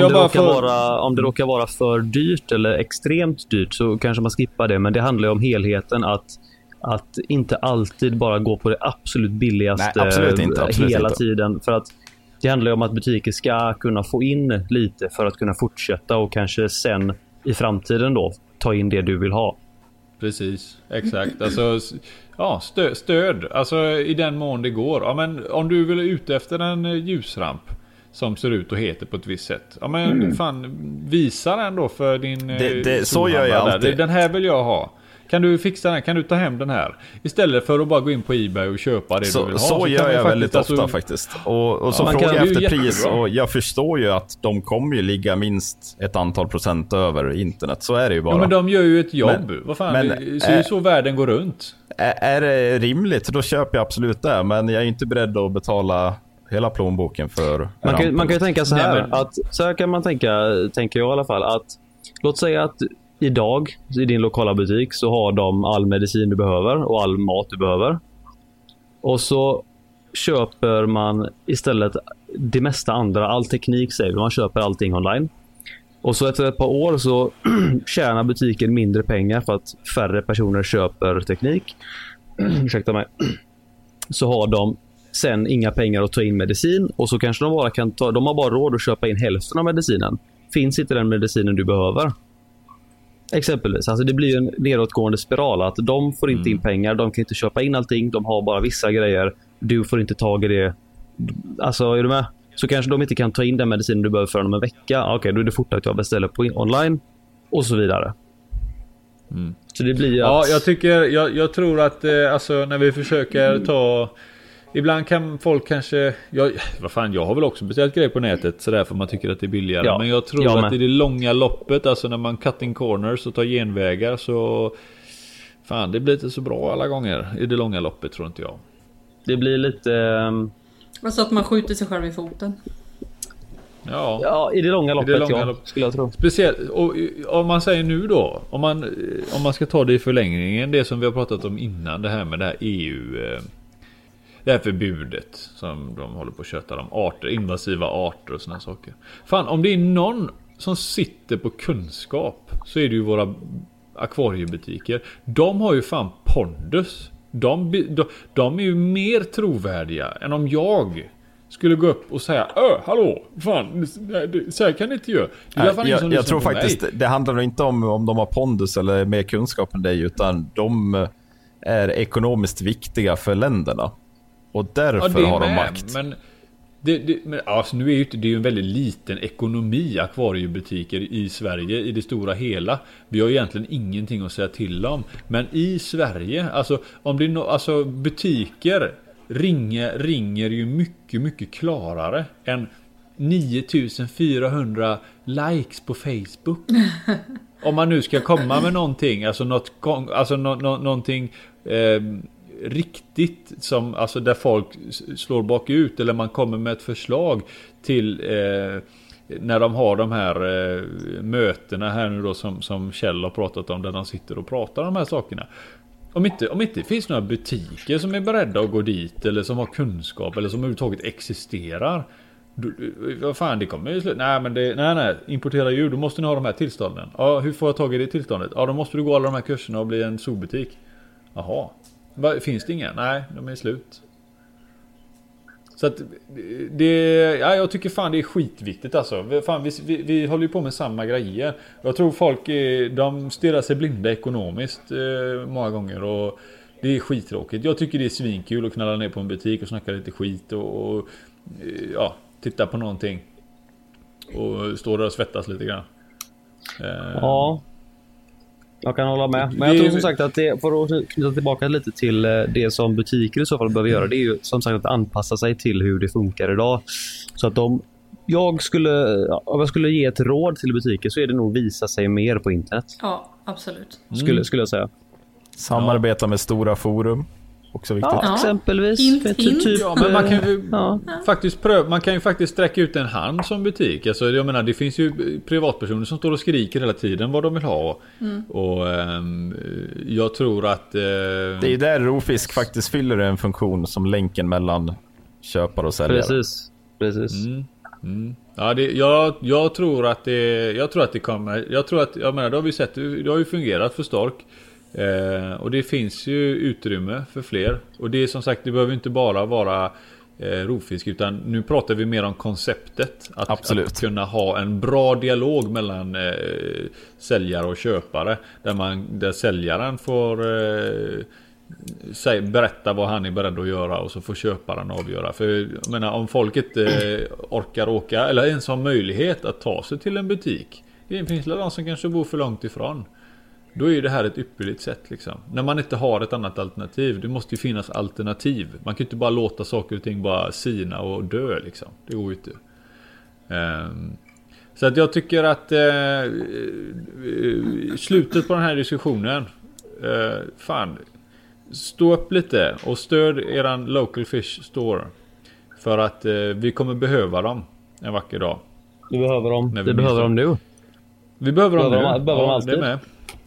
Om det råkar vara för dyrt eller extremt dyrt så kanske man skippar det. Men det handlar ju om helheten, att inte alltid bara gå på det absolut billigaste. Nej, absolut inte. Hela tiden. För att Det handlar ju om att butiker ska kunna få in lite för att kunna fortsätta och kanske sen i framtiden då ta in det du vill ha. Precis, exakt. Alltså, ja, stöd. Alltså i den mån det går. Ja, men om du vill ute efter en ljusramp som ser ut och heter på ett visst sätt. Ja, men fan, visa den då för din... så gör jag alltid. Den här vill jag ha. Kan du fixa den? Kan du ta hem den här? Istället för att bara gå in på eBay och köpa det du vill ha. Så gör jag väldigt ofta faktiskt. Och så frågar jag efter pris. Och jag förstår ju att de kommer ju ligga minst ett antal procent över internet. Så är det ju bara. Ja, men de gör ju ett jobb. Vad fan, det är ju så världen går runt. Är det rimligt, då köper jag absolut det. Men jag är inte beredd att betala hela plånboken för... Man kan ju tänka så här. Så här kan man tänker jag i alla fall. Att, låt säga att idag i din lokala butik så har de all medicin du behöver och all mat du behöver. Och så köper man istället det mesta andra, all teknik säger man köper allting online. Och så efter ett par år så tjänar butiken mindre pengar för att färre personer köper teknik. Ursäkta mig. Så har de sen inga pengar att ta in medicin och så kanske de har bara råd att köpa in hälften av medicinen. Finns inte den medicinen du behöver? Exempelvis, alltså det blir en nedåtgående spiral att de får inte in pengar, de kan inte köpa in allting, de har bara vissa grejer, du får inte tag i det. Alltså är du med? Så kanske de inte kan ta in den medicinen du behöver för om en vecka. Okej, då är det fortare att jag beställer på online och så vidare. Så det blir jag tror att alltså när vi försöker ta... Ibland kan folk kanske... jag har väl också beställt grejer på nätet så därför man tycker att det är billigare. Ja, men jag tror att i det långa loppet, alltså när man cutting corners och tar genvägar så... Fan, det blir inte så bra alla gånger. I det långa loppet tror inte jag. Det blir lite... Alltså att man skjuter sig själv i foten. Ja, i det långa loppet, skulle jag tro. Speciellt, och om man säger nu då, om man ska ta det i förlängningen, det som vi har pratat om innan, det här med det här EU... Det här förbudet som de håller på att köta om invasiva arter och såna saker. Fan, om det är någon som sitter på kunskap så är det ju våra akvariebutiker. De har ju fan pondus. De är ju mer trovärdiga än om jag skulle gå upp och säga hallå, fan, så här kan ni inte göra. Jag tror faktiskt, det handlar nog inte om de har pondus eller mer kunskap än dig, utan de är ekonomiskt viktiga för länderna. Och därför har de makt. Men alltså, nu är det ju en väldigt liten ekonomi, akvariebutiker i Sverige i det stora hela. Vi har egentligen ingenting att säga till om. Men i Sverige, alltså om det är alltså butiker ringer ju mycket, mycket klarare än 9400 likes på Facebook. Om man nu ska komma med någonting, alltså någonting riktigt som, alltså där folk slår bakut, eller man kommer med ett förslag till när de har de här mötena här nu då som Kjell har pratat om, där de sitter och pratar om de här sakerna. Om inte det finns några butiker som är beredda att gå dit, eller som har kunskap, eller som överhuvudtaget existerar, vad fan, det kommer ju slut. Nej, importera djur, då måste ni ha de här tillstånden. Ja, hur får jag tag i det tillståndet? Ja, då måste du gå alla de här kurserna och bli en zoobutik. Jaha. Finns det inga? Nej, de är slut. Så att jag tycker fan det är skitviktigt alltså. Fan, vi håller ju på med samma grejer. Jag tror folk de stirrar sig blinda ekonomiskt många gånger, och det är skittråkigt. Jag tycker det är svinkul att knalla ner på en butik och snacka lite skit och titta på någonting och stå där och svettas lite grann. Ja. Jag kan hålla med. Men jag tror som sagt att det, för att knyta tillbaka lite till det som butiker i så fall behöver göra, det är ju som sagt att anpassa sig till hur det funkar idag. Så att om jag skulle ge ett råd till butiker, så är det nog visa sig mer på internet. Ja, absolut. Skulle jag säga. Samarbeta med stora forum. Också viktigt. Ja, exempelvis. Typ, men man kan ju faktiskt man kan ju faktiskt sträcka ut en hand som butik. Alltså, jag menar, det finns ju privatpersoner som står och skriker hela tiden vad de vill ha. Och jag tror att det är där Rofisk faktiskt fyller en funktion som länken mellan köpare och säljare. Precis. Ja, jag tror att det kommer. Jag menar, det har vi sett, det har ju fungerat för Stork. Och det finns ju utrymme för fler. Och det är som sagt, det behöver inte bara vara rovfisk, utan nu pratar vi mer om konceptet. Absolut. Att kunna ha en bra dialog mellan säljare och köpare. Där säljaren får berätta vad han är beredd att göra och så får köparen avgöra. För jag menar, om folk inte orkar åka eller ens har möjlighet att ta sig till en butik. Det finns det någon som kanske bor för långt ifrån. Då är ju det här ett ypperligt sätt liksom. När man inte har ett annat alternativ. Det måste ju finnas alternativ. Man kan ju inte bara låta saker och ting bara sina och dö liksom. Det går ju inte. Så att jag tycker att slutet på den här diskussionen, fan, stå upp lite och stöd eran local fish store. För att vi kommer behöva dem en vacker dag. Vi behöver dem. Vi behöver dem nu. Vi behöver dem nu. Behöver dem alltid. Det med.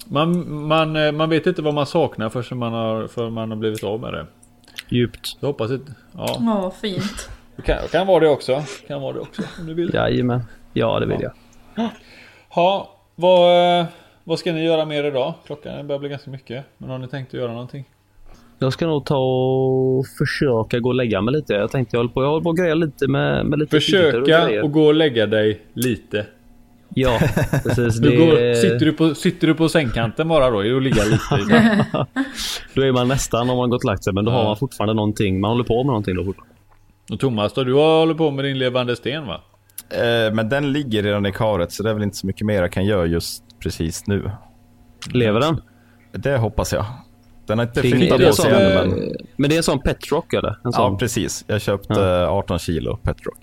Man vet inte vad man saknar förrän man har blivit av med det. Djupt. Jag hoppas inte. Ja, fint. Det kan vara det också. Om du vill. Jajamän. Ja, det vill jag. Ja, vad ska ni göra mer idag? Klockan börjar bli ganska mycket. Men har ni tänkt att göra någonting? Jag ska nog ta och försöka gå och lägga mig lite. Jag håller på att greja lite med lite. Försöka och gå och lägga dig lite. Ja, precis. Sitter du på sängkanten bara då och ligga lite? Då är man nästan, om man gått lagt sig, men då har man fortfarande någonting. Man håller på med någonting då fortfarande. Och Thomas, då, du håller på med din levande sten, va? Men den ligger redan i karet, så det är väl inte så mycket mer jag kan göra just precis nu. Lever den? Det hoppas jag. Den har inte flyttat på sig ännu, men det är en sån petrock, eller? Ja, precis. Jag köpte 18 kilo petrock.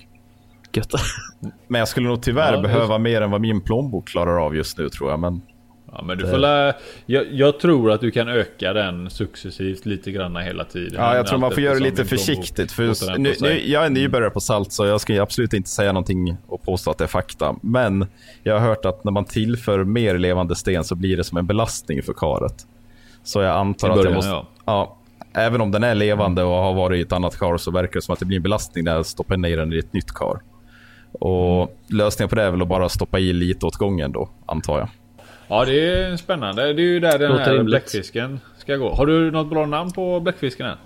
Men jag skulle nog tyvärr behöva mer än vad min plånbok klarar av just nu, tror jag. Men du får jag tror att du kan öka den successivt lite grann hela tiden. Ja, jag tror man får göra det lite försiktigt. För nu, jag är nybörjare på salt, så jag ska absolut inte säga någonting och påstå att det är fakta. Men jag har hört att när man tillför mer levande sten så blir det som en belastning för karet. Så jag antar att jag måste... Ja, även om den är levande och har varit i ett annat kar, så verkar det som att det blir en belastning när jag stoppar ner den i ett nytt kar. Och lösningen på det är väl att bara stoppa i lite åt gången då, antar jag. Ja, det är spännande. Det är ju där den här bläckfisken ska gå. Har du något bra namn på bläckfisken än?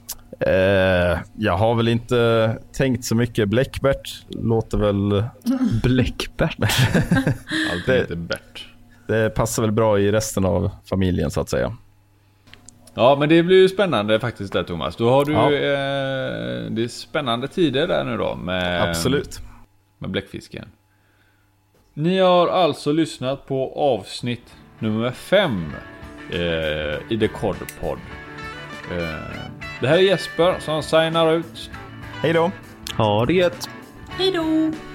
Jag har väl inte tänkt så mycket. Bläckbärt låter väl... Bläckbärt? Allt heter Bärt. Det passar väl bra i resten av familjen, så att säga. Ja, men det blir ju spännande faktiskt där, Thomas. Då har du det är spännande tider där nu då med, absolut, med bläckfisken. Ni har alltså lyssnat på avsnitt nummer 5 i The Cod Pod. Det här är Jesper som signar ut. Hej då. Ha det gött. Hej då.